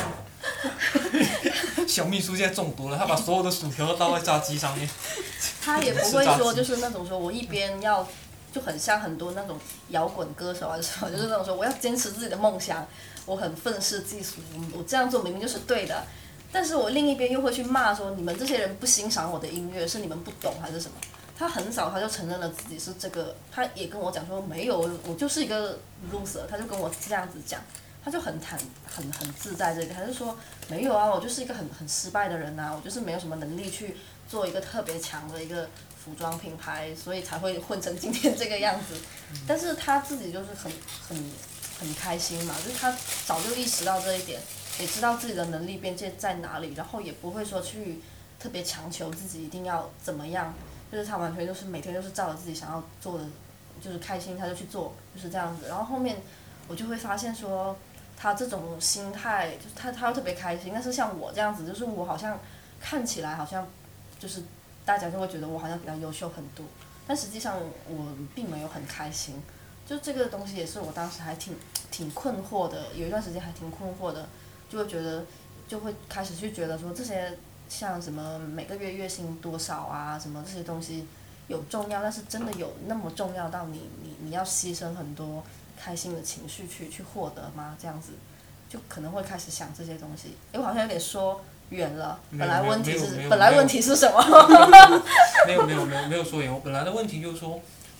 小秘书现在中毒了，他把所有的薯条都倒在炸鸡上面。 他也不会说就是那种说我一边要就很像很多那种摇滚歌手啊什么，就是那种说我要坚持自己的梦想，我很愤世嫉俗，我这样做明明就是对的，但是我另一边又会去骂说你们这些人不欣赏我的音乐，是你们不懂还是什么？他很早他就承认了自己是这个，他也跟我讲说没有，我就是一个 loser， 他就跟我这样子讲。他就很自在这个，他就说没有啊，我就是一个很失败的人啊，我就是没有什么能力去做一个特别强的一个服装品牌，所以才会混成今天这个样子。但是他自己就是很开心嘛，就是他早就意识到这一点，也知道自己的能力边界在哪里，然后也不会说去特别强求自己一定要怎么样，就是他完全就是每天就是照着自己想要做的，就是开心他就去做，就是这样子。然后后面我就会发现说。他这种心态，就是他会特别开心，但是像我这样子，就是我好像看起来好像就是大家就会觉得我好像比较优秀很多，但实际上我并没有很开心。就这个东西也是我当时还挺困惑的，有一段时间还挺困惑的，就会开始去觉得说这些像什么每个月月薪多少啊，什么这些东西有重要，但是真的有那么重要到你要牺牲很多开心的情绪去获得吗？这样子，就可能会开始想这些东西。我好像有点说远了。本来问题是什么？ 没有说远。我本来的问题就是说，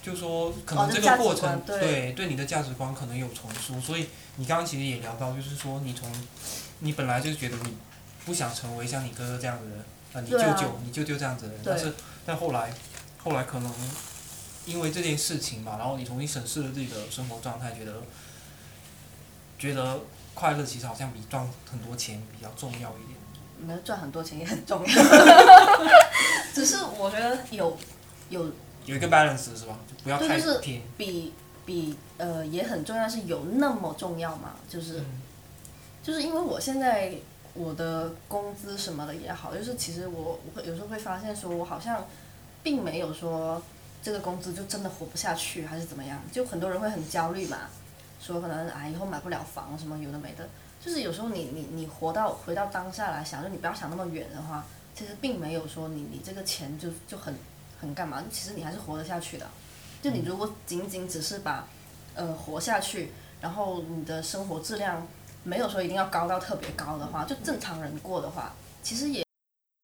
就说可能这个过程、对你的价值观可能有重塑，所以你刚刚其实也聊到，就是说你本来就觉得你不想成为像你哥哥这样的人，你舅舅这样子的人，但后来可能因为这件事情嘛，然后你重新审视了自己的生活状态，觉得快乐其实好像比赚很多钱比较重要一点。 没有赚很多钱也很重要，只是我觉得有一个 balance 是吧？就不要太就是偏。 比也很重要，是有那么重要吗？就是因为我现在我的工资什么的也好，就是其实我会有时候会发现说，我好像并没有说这个工资就真的活不下去，还是怎么样？就很多人会很焦虑嘛，说可能以后买不了房什么有的没的。就是有时候你回到当下来想，就你不要想那么远的话，其实并没有说你这个钱就很干嘛，其实你还是活得下去的。就你如果仅仅只是把活下去，然后你的生活质量没有说一定要高到特别高的话，就正常人过的话，其实也。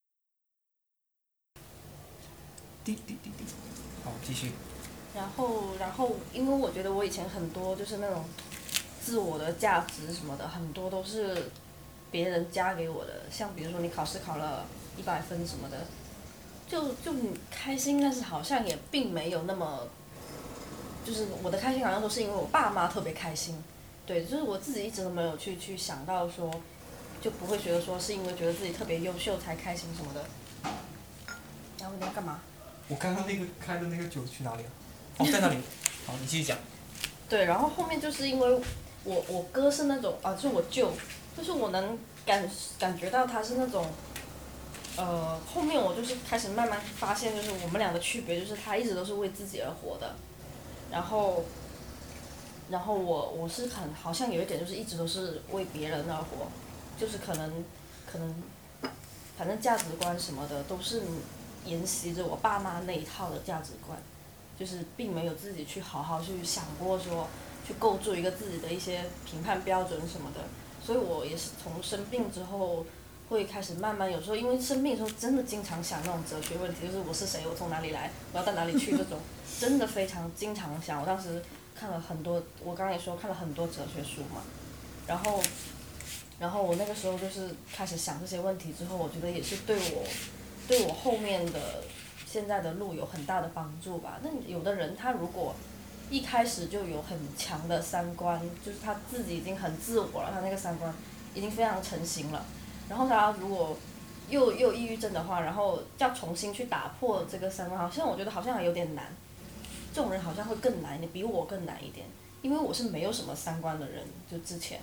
好，继续。 然后，因为我觉得我以前很多就是那种自我的价值什么的，很多都是别人加给我的。像比如说你考试考了100分什么的，就很开心，但是好像也并没有那么，就是我的开心好像都是因为我爸妈特别开心。对，就是我自己一直都没有去想到说，就不会觉得说是因为觉得自己特别优秀才开心什么的。然后你要干嘛？ 我刚刚那个开的那个酒去哪里了？哦，在那里。好，你继续讲。 对，然后后面就是因为我哥是那种就是我舅，就是我能感觉到他是那种，后面我就是开始慢慢发现，就是我们俩的区别，就是他一直都是为自己而活的，然后我是好像有一点就是一直都是为别人而活，就是可能，反正价值观什么的都是沿袭着我爸妈那一套的价值观。就是并没有自己去好好去想过说，去构筑一个自己的一些评判标准什么的，所以我也是从生病之后，会开始慢慢有时候因为生病的时候真的经常想那种哲学问题，就是我是谁，我从哪里来，我要到哪里去这种，真的非常经常想。我当时看了很多，我刚刚也说看了很多哲学书嘛，然后我那个时候就是开始想这些问题之后，我觉得也是对我后面的。现在的路有很大的帮助吧。那有的人他如果一开始就有很强的三观，就是他自己已经很自我了，他那个三观已经非常成型了，然后他如果又抑郁症的话，然后要重新去打破这个三观，好像我觉得好像还有点难。这种人好像会更难一点，比我更难一点，因为我是没有什么三观的人，就之前。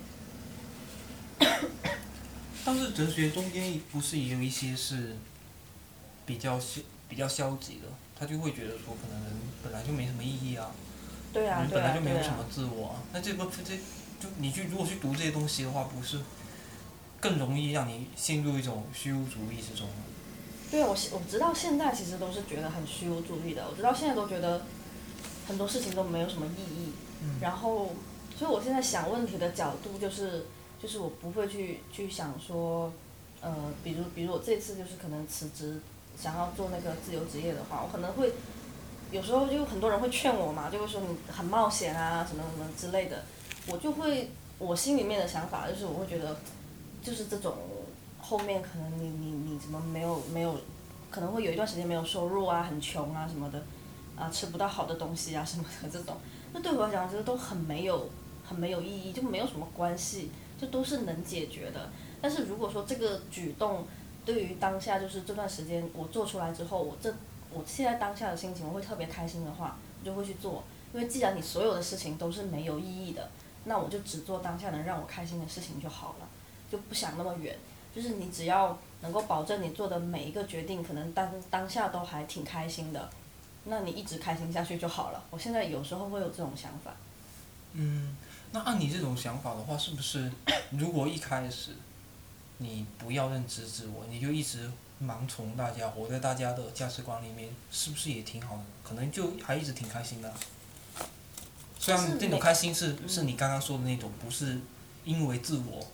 但是哲学中间不是也有一些是比较消极的，他就会觉得说，可能人本来就没什么意义啊， 对啊， 人本来就没有什么自我啊。那就你如果去读这些东西的话，不是更容易让你陷入一种虚无主义之中吗？ 对，我直到现在其实都是觉得很虚无主义的，我直到现在都觉得很多事情都没有什么意义。然后，所以我现在想问题的角度就是我不会去想说，比如我这次就是可能辞职。想要做那个自由职业的话，我可能会有时候就很多人会劝我嘛，就会说你很冒险啊，什么什么之类的。我心里面的想法就是我会觉得，就是这种后面可能你怎么没有，可能会有一段时间没有收入啊，很穷啊什么的，吃不到好的东西啊什么的这种，那对我来讲，觉得都很没有意义，就没有什么关系，就都是能解决的。但是如果说这个举动，对于当下就是这段时间我做出来之后，我现在当下的心情我会特别开心的话，我就会去做。因为既然你所有的事情都是没有意义的，那我就只做当下能让我开心的事情就好了，就不想那么远。就是你只要能够保证你做的每一个决定，可能当下都还挺开心的，那你一直开心下去就好了。我现在有时候会有这种想法。 那按你这种想法的话，是不是如果一开始你不要认知自我，你就一直盲从大家，活在大家的价值观里面，是不是也挺好的？可能就还一直挺开心的。虽然这种开心是你刚刚说的那种，不是因为自我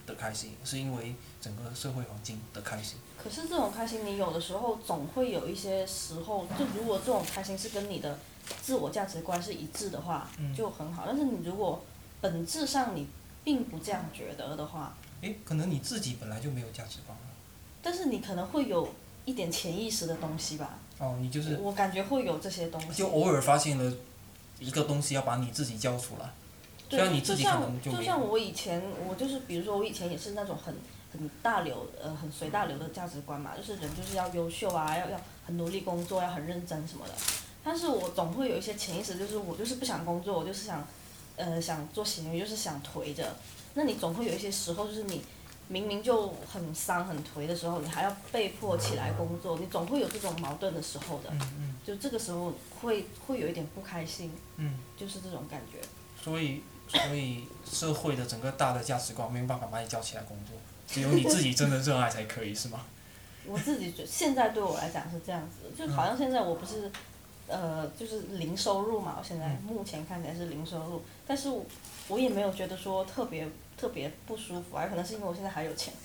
的开心，是因为整个社会环境的开心。 可是这种开心，你有的时候总会有一些时候，就如果这种开心是跟你的自我价值观是一致的话，就很好。但是你如果本质上你并不这样觉得的话， 可能你自己本来就没有价值观了。 但是你可能会有一点潜意识的东西吧。 你就是我感觉会有这些东西。 就偶尔发现了一个东西，要把你自己交出来。虽然你自己可能就像我以前，我就是比如说我以前也是那种很大流很随大流的价值观嘛，就是人就是要优秀啊，要很努力工作，要很认真什么的。但是我总会有一些潜意识，就是我就是不想工作，我就是想做咸鱼，就是想颓着。那你总会有一些时候，就是你明明就很丧很颓的时候，你还要被迫起来工作，你总会有这种矛盾的时候的。就这个时候会有一点不开心。就是这种感觉。 所以社会的整个大的价值观没有办法把你叫起来工作，只有你自己真的热爱才可以，是吗？ 我自己觉得现在对我来讲是这样子的，就好像现在我不是，就是零收入嘛，我现在目前看起来是零收入，但是我也没有觉得说特别不舒服啊，可能是因为我现在还有钱。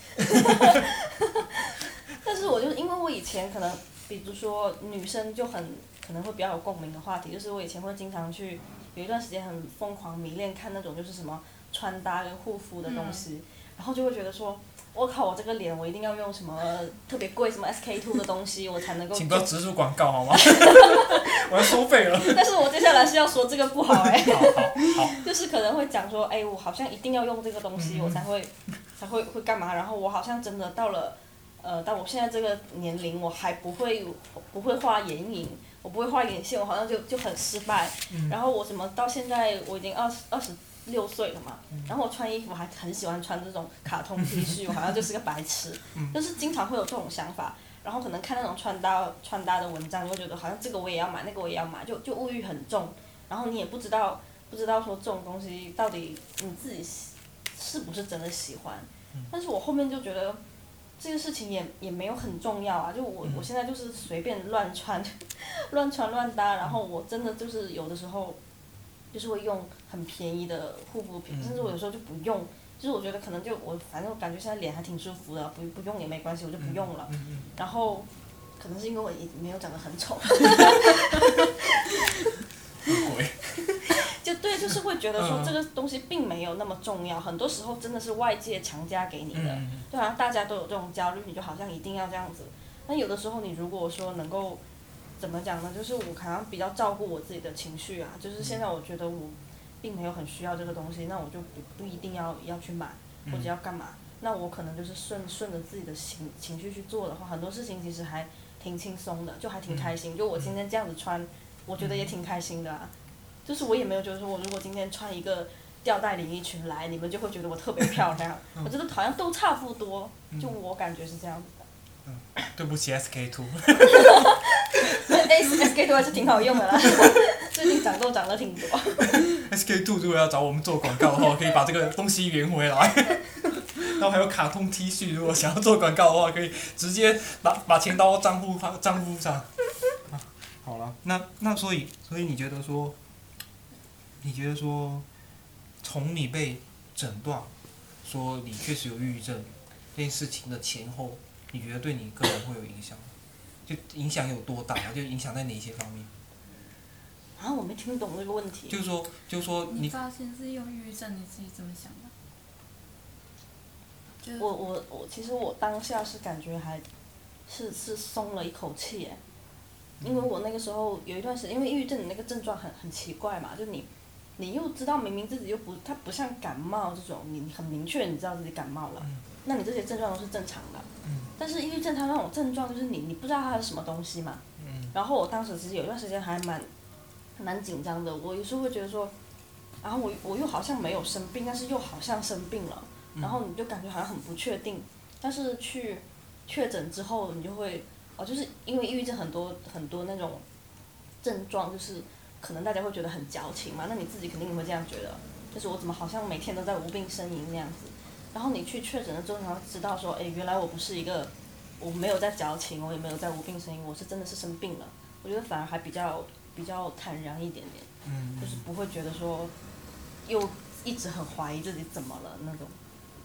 但是我就是因为我以前可能，比如说女生就可能会比较有共鸣的话题，就是我以前会经常去，有一段时间很疯狂迷恋看那种就是什么穿搭跟护肤的东西，然后就会觉得说，我靠，我这个脸我一定要用什么特别贵什么 SK-II 的东西，我才能够。 请不要植入广告好吗？我要收费了。 但是我接下来是要说这个不好好。 就是可能会讲说，我好像一定要用这个东西，我才会干嘛？然后我好像真的到了，到我现在这个年龄，我还不会画眼影，我不会画眼线，我好像就很失败。然后我怎么到现在我已经26岁了嘛，然后我穿衣服还很喜欢穿这种卡通 T 恤，我好像就是个白痴，就是经常会有这种想法。然后可能看那种穿搭的文章，就会觉得好像这个我也要买，那个我也要买，就物欲很重。然后你也不知道说这种东西到底你自己是不是真的喜欢。但是我后面就觉得这个事情也没有很重要啊，就我现在就是随便乱穿乱搭，然后我真的就是有的时候就是会用很便宜的护肤品，甚至我有时候就不用。就是我觉得可能反正我感觉现在脸还挺舒服的，不用也没关系，我就不用了。然后可能是因为我也没有长得很丑。就对，就是会觉得说这个东西并没有那么重要，很多时候真的是外界强加给你的。就好像大家都有这种焦虑，你就好像一定要这样子。那有的时候你如果说能够怎么讲呢？就是我好像比较照顾我自己的情绪啊，就是现在我觉得我并没有很需要这个东西，那我就不一定要去买或者要干嘛。那我可能就是顺着自己的情绪去做的话，很多事情其实还挺轻松的，就还挺开心。就我今天这样子穿，我觉得也挺开心的啊。就是我也没有觉得说我如果今天穿一个吊带连衣裙来，你们就会觉得我特别漂亮。我觉得好像都差不多，就我感觉是这样子的。 对不起 SK-II。 SK-II 还是挺好用的啦，最近长痘长得挺多。 SK-II 如果要找我们做广告的话，可以把这个东西圆回来。然后还有卡通 T 恤，如果想要做广告的话，可以直接把钱到账户上。好了，那所以你觉得说，从你被诊断说你确实有抑郁症这件事情的前后，你觉得对你个人会有影响吗？就影响有多大？就影响在哪些方面？ 啊，我没听懂这个问题。 就是说你发现是有抑郁症，你自己怎么想的？ 我其实我当下是感觉还是松了一口气耶，因为我那个时候有一段时间，因为抑郁症的那个症状很奇怪嘛，就你又知道明明自己它不像感冒这种，你很明确你知道自己感冒了，那你这些症状都是正常的。但是抑郁症它那种症状就是你不知道它是什么东西嘛。然后我当时其实有一段时间还蛮紧张的，我有时候会觉得说，然后我又好像没有生病，但是又好像生病了。然后你就感觉好像很不确定，但是去确诊之后，你就会就是因为抑郁症很多那种症状，就是可能大家会觉得很矫情嘛，那你自己肯定也会这样觉得，就是我怎么好像每天都在无病呻吟那样子。然后你去确诊了之后，才知道说，原来我不是我没有在矫情，我也没有在无病呻吟，我是真的是生病了。我觉得反而还比较坦然一点点，就是不会觉得说又一直很怀疑自己怎么了那种。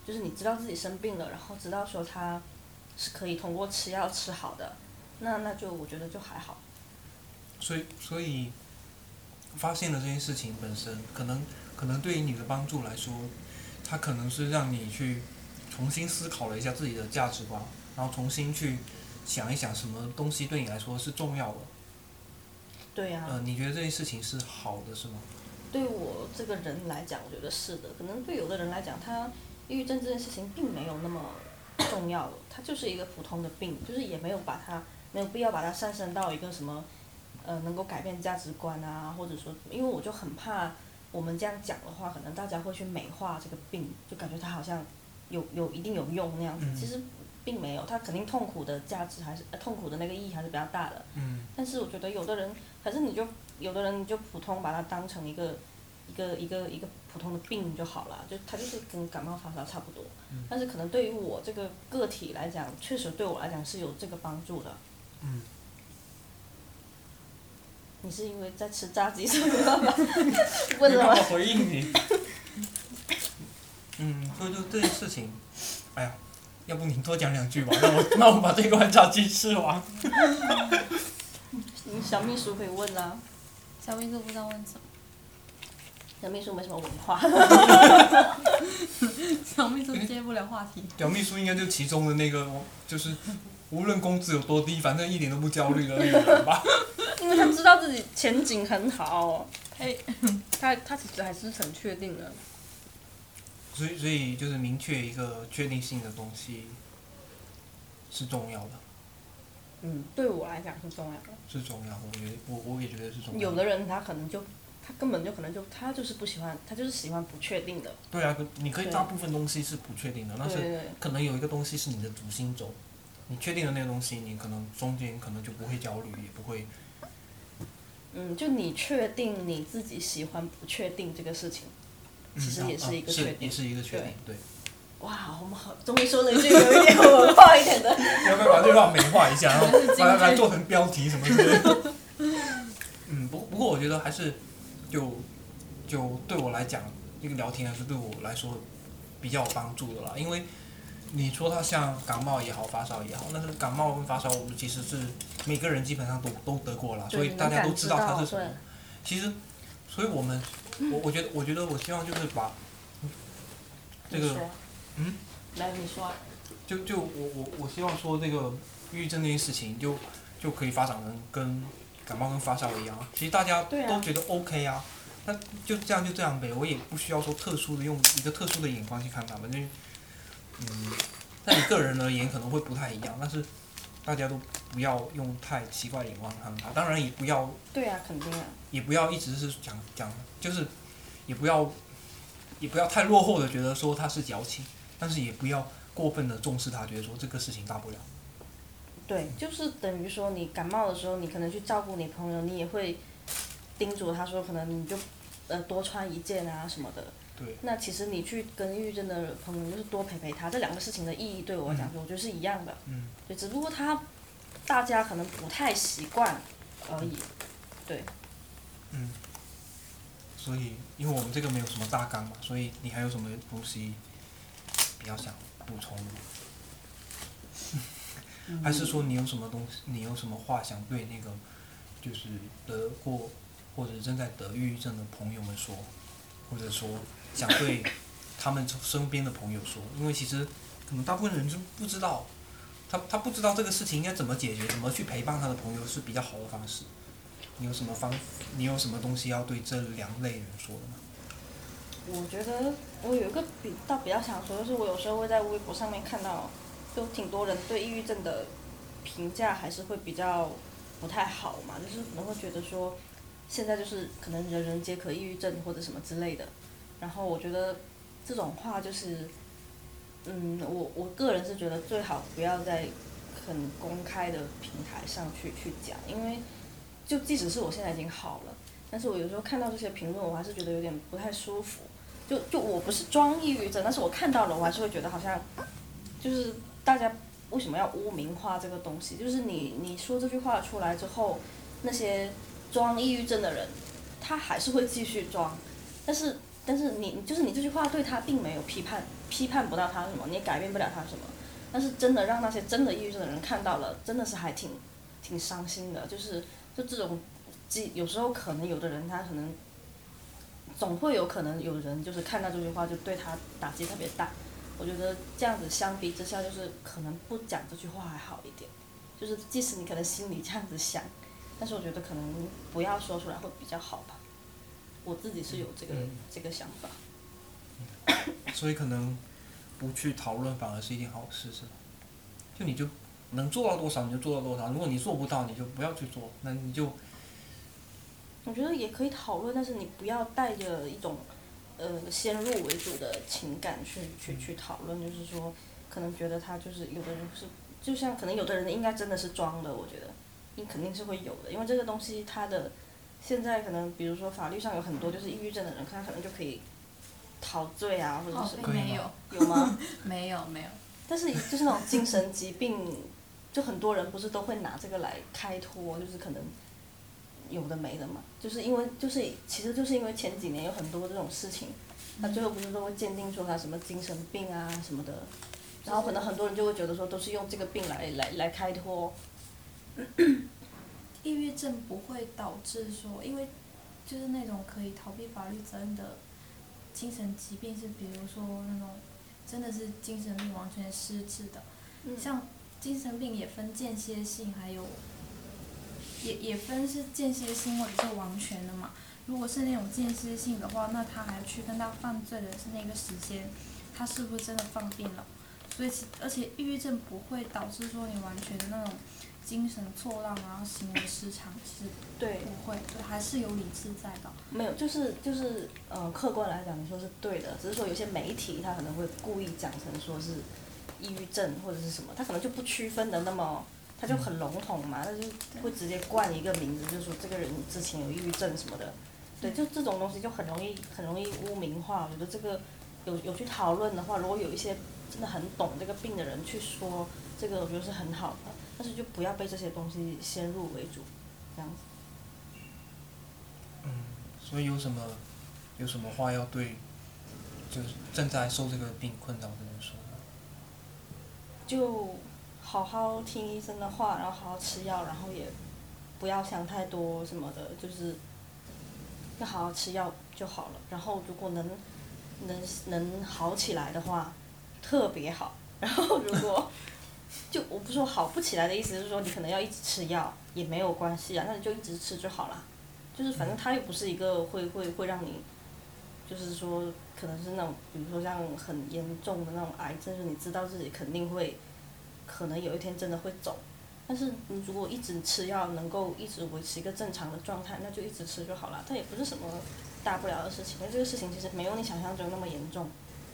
就是你知道自己生病了，然后知道说它是可以通过吃药吃好的，那就我觉得就还好。 所以发现了这件事情本身，可能对于你的帮助来说，它可能是让你去重新思考了一下自己的价值观，然后重新去想一想什么东西对你来说是重要的。 对呀、 你觉得这件事情是好的，是吗？ 对我这个人来讲，我觉得是的。可能对有的人来讲，他抑郁症这件事情并没有那么重要，它就是一个普通的病，就是也没有必要把它上升到一个什么能够改变价值观啊，或者说，因为我就很怕我们这样讲的话，可能大家会去美化这个病，就感觉它好像一定有用那样子，其实并没有，它肯定痛苦的价值还是痛苦的那个意义还是比较大的。但是我觉得有的人，可是有的人你就普通把它当成一个普通的病就好了，就它就是跟感冒发烧差不多。但是可能对于我这个个体来讲，确实对我来讲是有这个帮助的。你是因为在吃炸鸡，所以没办法问了吗？ 没办法回应你。所以就这件事情，哎呀，要不你多讲2句吧，那我把这罐炸鸡吃完。 你小秘书可以问啊， 小秘书不知道问什么， 小秘书没什么文化。 小秘书接不了话题。 小秘书应该就是其中的那个，就是无论工资有多低，反正一点都不焦虑的那个人吧。 因为他知道自己前景很好，他其实还是很确定的。 所以就是明确一个确定性的东西是重要的。 对我来讲是重要的。 是重要，我也觉得是重要的。 有的人他可能他根本就可能他就是不喜欢，他就是喜欢不确定的。 对啊，你可以大部分东西是不确定的，但是对可能有一个东西是你的主心轴，你确定的那个东西，你可能中间可能就不会焦虑，也不会。 就你确定你自己喜欢不确定这个事情，其实也是一个确定。 也是一个确定，对。 哇，我们终于说了一句有一点文化一点的。 要不要把这段美化一下，然后把它做成标题什么之类的？不过我觉得还是就对我来讲，这个聊天还是对我来说比较有帮助的啦。因为你说它像感冒也好，发烧也好，但是感冒跟发烧，我们其实是每个人基本上都得过了，所以大家都知道它是什么。其实，所以我觉得我希望就是把这个。 来，你说。 我希望说这个抑郁症这件事情就可以发展成跟感冒跟发烧一样，其实大家都觉得 OK 啊，那就这样呗，我也不需要说用一个特殊的眼光去看他们，在你个人而言可能会不太一样，但是大家都不要用太奇怪的眼光看他，当然也不要。 对啊，肯定啊。 也不要一直是讲，就是也不要太落后的觉得说他是矫情，但是也不要过分的重视他，觉得说这个事情大不了。 对，就是等于说你感冒的时候，你可能去照顾你朋友，你也会叮嘱他说，可能你就多穿一件啊什么的。 对。 那其实你去跟抑郁症的朋友，就是多陪陪他，这两个事情的意义对我来讲，我觉得是一样的。对，只不过大家可能不太习惯而已。对。 所以，因为我们这个没有什么大纲嘛，所以你还有什么东西比较想补充的吗？还是说你有什么话想对那个就是得过或者正在得抑郁症的朋友们说，或者说想对他们身边的朋友说？因为其实可能大部分人就不知道，他不知道这个事情应该怎么解决，怎么去陪伴他的朋友是比较好的方式。你有什么东西要对这2类人说的吗？ 我觉得我有一个比较想说，就是我有时候会在微博上面看到，就挺多人对抑郁症的评价还是会比较不太好嘛，就是可能会觉得说，现在就是可能人人皆可抑郁症或者什么之类的。然后我觉得这种话就是，我个人是觉得最好不要在很公开的平台上去讲，因为就即使是我现在已经好了，但是我有时候看到这些评论，我还是觉得有点不太舒服。就我不是装抑郁症，但是我看到了，我还是会觉得好像，就是大家为什么要污名化这个东西？就是你说这句话出来之后，那些装抑郁症的人，他还是会继续装，但但是你这句话对他并没有批判不到他什么，你也改变不了他什么。但是真的让那些真的抑郁症的人看到了，真的是还挺伤心的。就这种，有时候可能有的人他可能，总会有可能有人就是看到这句话就对他打击特别大。我觉得这样子相比之下，就是可能不讲这句话还好一点。就是即使你可能心里这样子想，但是我觉得可能不要说出来会比较好吧。我自己是有这个想法。 所以可能不去讨论反而是一件好事，是吧？就你就能做到多少你就做到多少，如果你做不到你就不要去做，那你就。 我觉得也可以讨论，但是你不要带着一种先入为主的情感去讨论，就是说可能觉得他就是有的人是，就像可能有的人应该真的是装的，我觉得你肯定是会有的，因为这个东西它的现在可能比如说法律上有很多就是抑郁症的人，他可能就可以逃罪啊，或者是没有有吗？ 没有。 但是就是那种精神疾病，就很多人不是都会拿这个来开脱，就是可能有的没的嘛，就是因为其实就是因为前几年有很多这种事情，他最后不是都会鉴定说他什么精神病啊什么的，然后可能很多人就会觉得说都是用这个病来开脱。 抑郁症不会导致说，因为就是那种可以逃避法律责任的精神疾病是，比如说那种真的是精神病完全失智的，像精神病也分间歇性，还有也分是间歇性或者是完全的嘛。如果是那种间歇性的话，那他还去跟他犯罪的是那个时间，他是不是真的犯病了？所以而且抑郁症不会导致说你完全的那种精神错乱，然后行为失常，其实不会，对，还是有理智在的。 没有，客观来讲你说是对的，只是说有些媒体他可能会故意讲成说是抑郁症或者是什么，他可能就不区分的那么，他就很笼统嘛，他就会直接冠一个名字，就说这个人之前有抑郁症什么的。对，就这种东西就很容易污名化。我觉得这个有去讨论的话，如果有一些真的很懂这个病的人去说这个，我觉得是很好的。但是就不要被这些东西先入为主，这样子。 所以有什么话要对，就是正在受这个病困扰的人说呢？ 就好好听医生的话，然后好好吃药，然后也不要想太多什么的，就是要好好吃药就好了。然后如果能好起来的话，特别好。然后如果就我不是说好不起来的意思，是说你可能要一直吃药也没有关系啊，那你就一直吃就好啦。就是反正它又不是一个会让你，就是说可能是那种比如说像很严重的那种癌症，就是你知道自己肯定会，可能有一天真的会走。但是你如果一直吃药，能够一直维持一个正常的状态，那就一直吃就好了。它也不是什么大不了的事情，因为这个事情其实没有你想象中那么严重。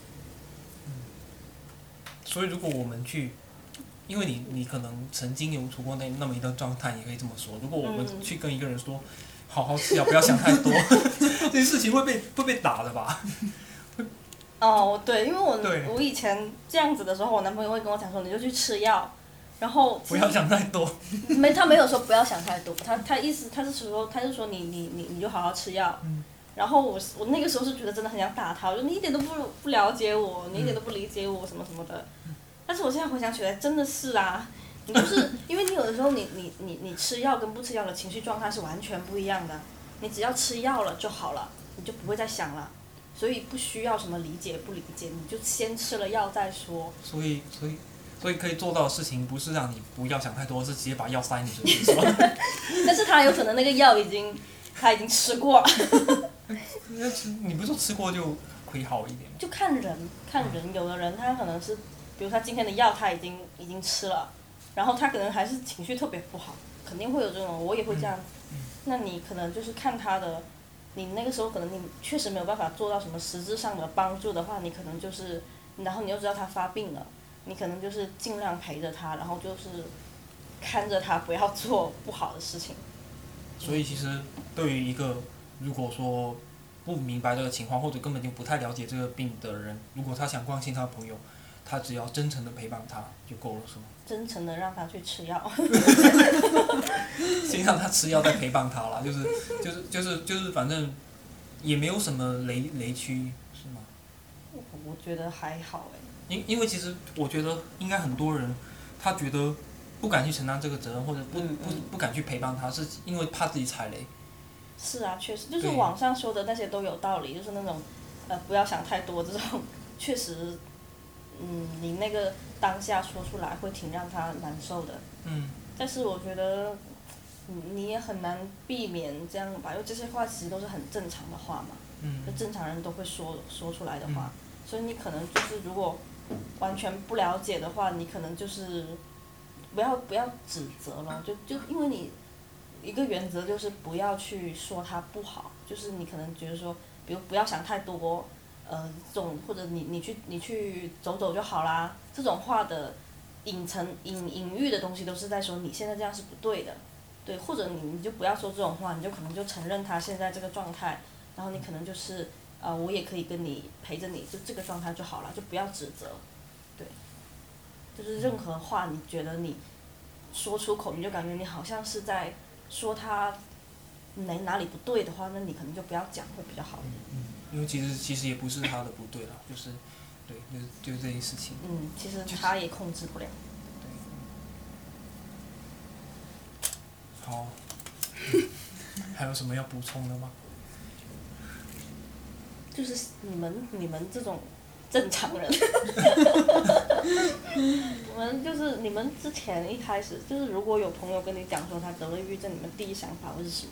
所以如果我们去，因为你可能曾经有处过那么一段状态，也可以这么说。如果我们去跟一个人说，好好吃药，不要想太多，这件事情会被打的吧？ 哦，对，因为我以前这样子的时候，我男朋友会跟我讲说，你就去吃药，然后不要想太多。 他没有说不要想太多，他意思他是说你就好好吃药。然后我那个时候是觉得真的很想打他，我说你一点都不了解我，你一点都不理解我什么什么的。但是我现在回想起来，真的是啊，你就是因为你有的时候你吃药跟不吃药的情绪状态是完全不一样的，你只要吃药了就好了，你就不会再想了，所以不需要什么理解不理解，你就先吃了药再说。 所以可以做到的事情不是让你不要想太多，是直接把药塞你嘴里，是吧？ 但是他有可能那个药他已经吃过了。 你不是说吃过就可以好一点？ 就看人，有的人他可能是，比如他今天的药他已经吃了，然后他可能还是情绪特别不好，肯定会有这种，我也会这样。那你可能就是看他的，你那个时候可能你确实没有办法做到什么实质上的帮助的话，你可能就是，然后你又知道他发病了，你可能就是尽量陪着他，然后就是看着他不要做不好的事情。 所以其实对于一个如果说不明白这个情况，或者根本就不太了解这个病的人，如果他想关心他的朋友，他只要真诚的陪伴他就够了，是吗？ 真诚的让他去吃药。 先让他吃药，再陪伴他啦，就是反正也没有什么雷区，是吗？ 我觉得还好哎。 因为其实我觉得应该很多人，他觉得不敢去承担这个责任，或者不敢去陪伴他，是因为怕自己踩雷。 是啊，确实，就是对网上说的那些都有道理，就是那种不要想太多这种，确实，你那个当下说出来会挺让他难受的。但是我觉得，你也很难避免这样吧，因为这些话其实都是很正常的话嘛，就正常人都会说出来的话，所以你可能就是如果完全不了解的话，你可能就是不要指责了，就因为你一个原则就是不要去说他不好，就是你可能觉得说，比如不要想太多，这种或者你去走走就好啦，这种话的隐喻的东西都是在说你现在这样是不对的，对，或者你就不要说这种话，你就可能就承认他现在这个状态，然后你可能就是我也可以跟你陪着你，就这个状态就好了，就不要指责，对，就是任何话你觉得你说出口，你就感觉你好像是在说他哪里不对的话，那你可能就不要讲会比较好一点。 因为其实也不是他的不对了，就是对，就是这些事情。 其实他也控制不了。 对。好。还有什么要补充的吗？ 就是你们这种正常人，你们之前一开始就是如果有朋友跟你讲说他得了抑郁症，你们第一想法会是什么？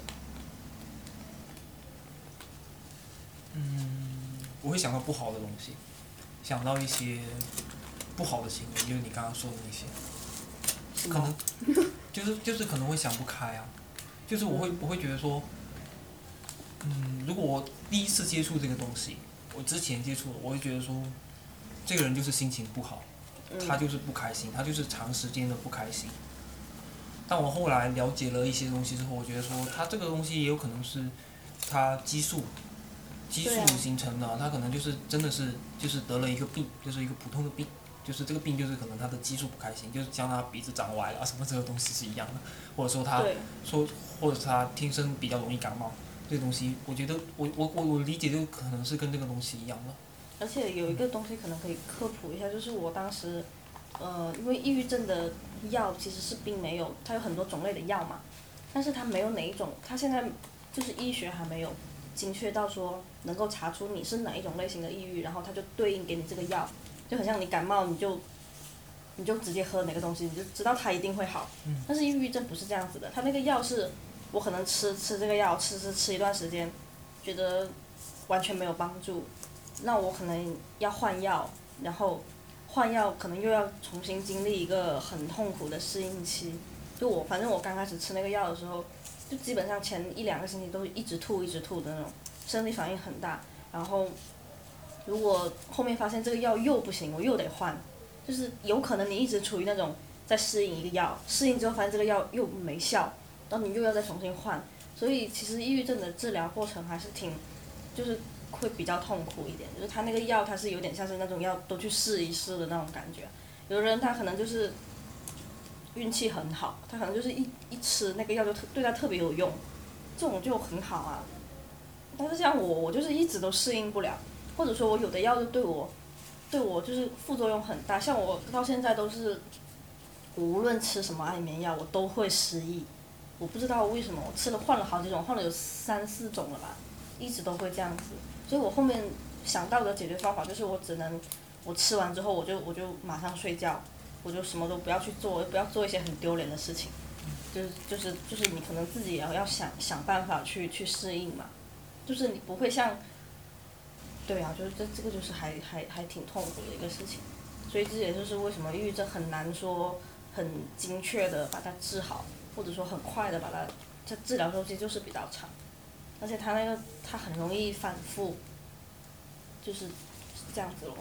我会想到不好的东西，想到一些不好的行为，就是你刚刚说的那些，可能就是可能会想不开啊，就是我会觉得说，如果我第一次接触这个东西，我之前接触，我会觉得说，这个人就是心情不好，他就是不开心，他就是长时间的不开心。但我后来了解了一些东西之后，我觉得说，他这个东西也有可能是他激素形成的，他可能就是真的是就是得了一个病，就是一个普通的病，就是这个病就是可能他的激素不开心，就是像他鼻子长歪了什么这个东西是一样的，或者说或者是他天生比较容易感冒，这个东西我觉得我理解就可能是跟这个东西一样的。 而且有一个东西可能可以科普一下，就是我当时，因为抑郁症的药其实是并没有，它有很多种类的药嘛，但是它没有哪一种，它现在就是医学还没有精确到说能够查出你是哪一种类型的抑郁，然后它就对应给你这个药，就很像你感冒你就直接喝哪个东西，你就知道它一定会好。但是抑郁症不是这样子的，它那个药是我可能吃这个药吃一段时间，觉得完全没有帮助，那我可能要换药，然后换药可能又要重新经历一个很痛苦的适应期。就反正我刚开始吃那个药的时候，就基本上前1-2个星期都一直吐的那种，生理反应很大。然后如果后面发现这个药又不行，我又得换，就是有可能你一直处于那种在适应一个药，适应之后发现这个药又没效，然后你又要再重新换。所以其实抑郁症的治疗过程还是就是会比较痛苦一点，就是他那个药它是有点像是那种要都去试一试的那种感觉。有的人他可能就是运气很好，他可能就是一吃那个药就对他特别有用，这种就很好啊。但是像我就是一直都适应不了，或者说我有的药就对我就是副作用很大，像我到现在都是无论吃什么安眠药我都会失忆，我不知道为什么，我换了好几种，换了有3-4种了吧，一直都会这样子。所以我后面想到的解决方法就是我吃完之后我就马上睡觉，我就什么都不要去做，不要做一些很丢脸的事情，就是你可能自己也要想办法去适应嘛，就是你不会像，对啊，就是这个就是还挺痛苦的一个事情，所以这也就是为什么抑郁症很难说很精确的把它治好，或者说很快的把它治疗周期就是比较长，而且它很容易反复，就是这样子咯。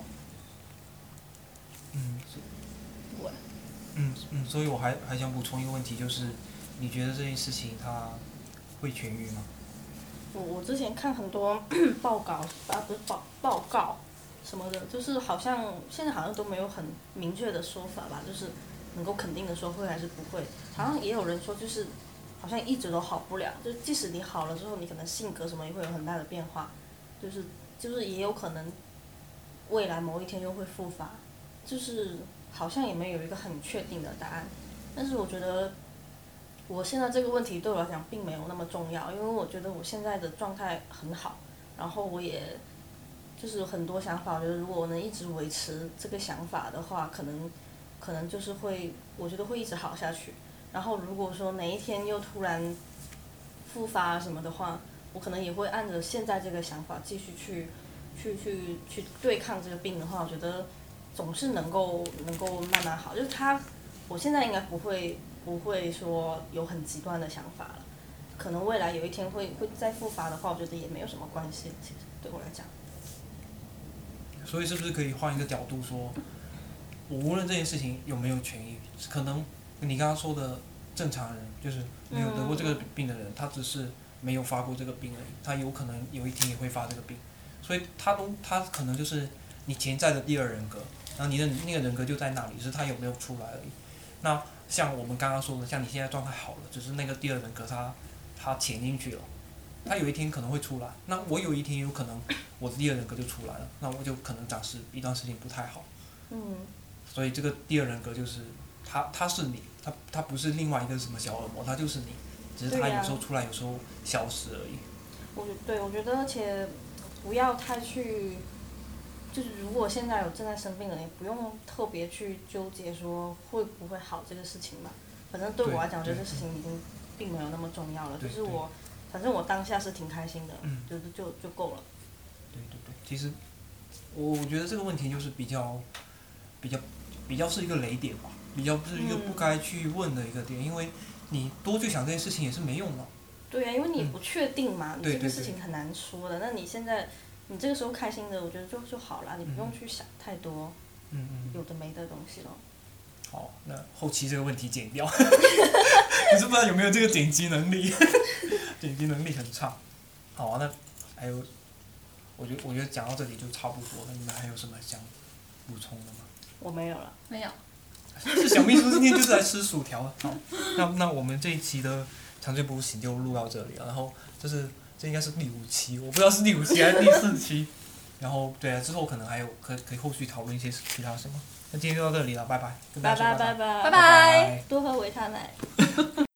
所以我还想补充一个问题，就是你觉得这件事情它会痊愈吗？ 我之前看很多报告什么的，就是现在好像都没有很明确的说法吧，就是能够肯定的说会还是不会。好像也有人说就是好像一直都好不了，就即使你好了之后，你可能性格什么也会有很大的变化， 就是也有可能未来某一天又会复发，就是好像也没有一个很确定的答案。但是我觉得我现在这个问题对我来讲并没有那么重要，因为我觉得我现在的状态很好，然后我也就是有很多想法，我觉得如果我能一直维持这个想法的话，可能就是会，我觉得会一直好下去。然后如果说哪一天又突然复发什么的话，我可能也会按着现在这个想法继续去对抗这个病的话，我觉得总是能够慢慢好。就是我现在应该不会说有很极端的想法了，可能未来有一天会再复发的话，我觉得也没有什么关系，其实对我来讲。 所以是不是可以换一个角度说，我无论这件事情有没有痊愈，可能你刚刚说的正常人，就是没有得过这个病的人，他只是没有发过这个病而已，他有可能有一天也会发这个病，所以他可能就是你潜在的第二人格，然后你的那个人格就在那里，只是他有没有出来而已。那像我们刚刚说的，像你现在状态好了，只是那个第二人格他潜进去了，他有一天可能会出来，那我有一天有可能我的第二人格就出来了，那我就可能暂时一段时间不太好。所以这个第二人格就是他是你，他不是另外一个什么小恶魔，他就是你，只是他有时候出来，有时候消失而已。 我觉得而且不要太去，就是如果现在有正在生病的人，也不用特别去纠结说会不会好这个事情吧。反正对我来讲，我觉得这事情已经并没有那么重要了。就是反正我当下是挺开心的，就够了。 对，其实我觉得这个问题就是比较是一个雷点吧，比较是一个不该去问的一个点，因为你多去想这件事情也是没用的。 对啊，因为你不确定嘛，你这个事情很难说的。那你现在你这个时候开心的，我觉得就好了，你不用去想太多有的没的东西了。 好，那后期这个问题剪掉，你是不知道有没有这个剪辑能力，剪辑能力很差。好啊，那还有，我觉得讲到这里就差不多了，你们还有什么想补充的吗？ 我没有了。 没有。 是小秘书今天就是来吃薯条的。好，那我们这一期的长醉不醒就录到这里了，然后这应该是第5期，我不知道是第5期还是第4期。然后对啊，之后可能还有可以后续讨论一些其他什么。那今天就到这里了，拜拜，跟大家说拜拜， 拜拜， 拜拜， 多喝维他奶。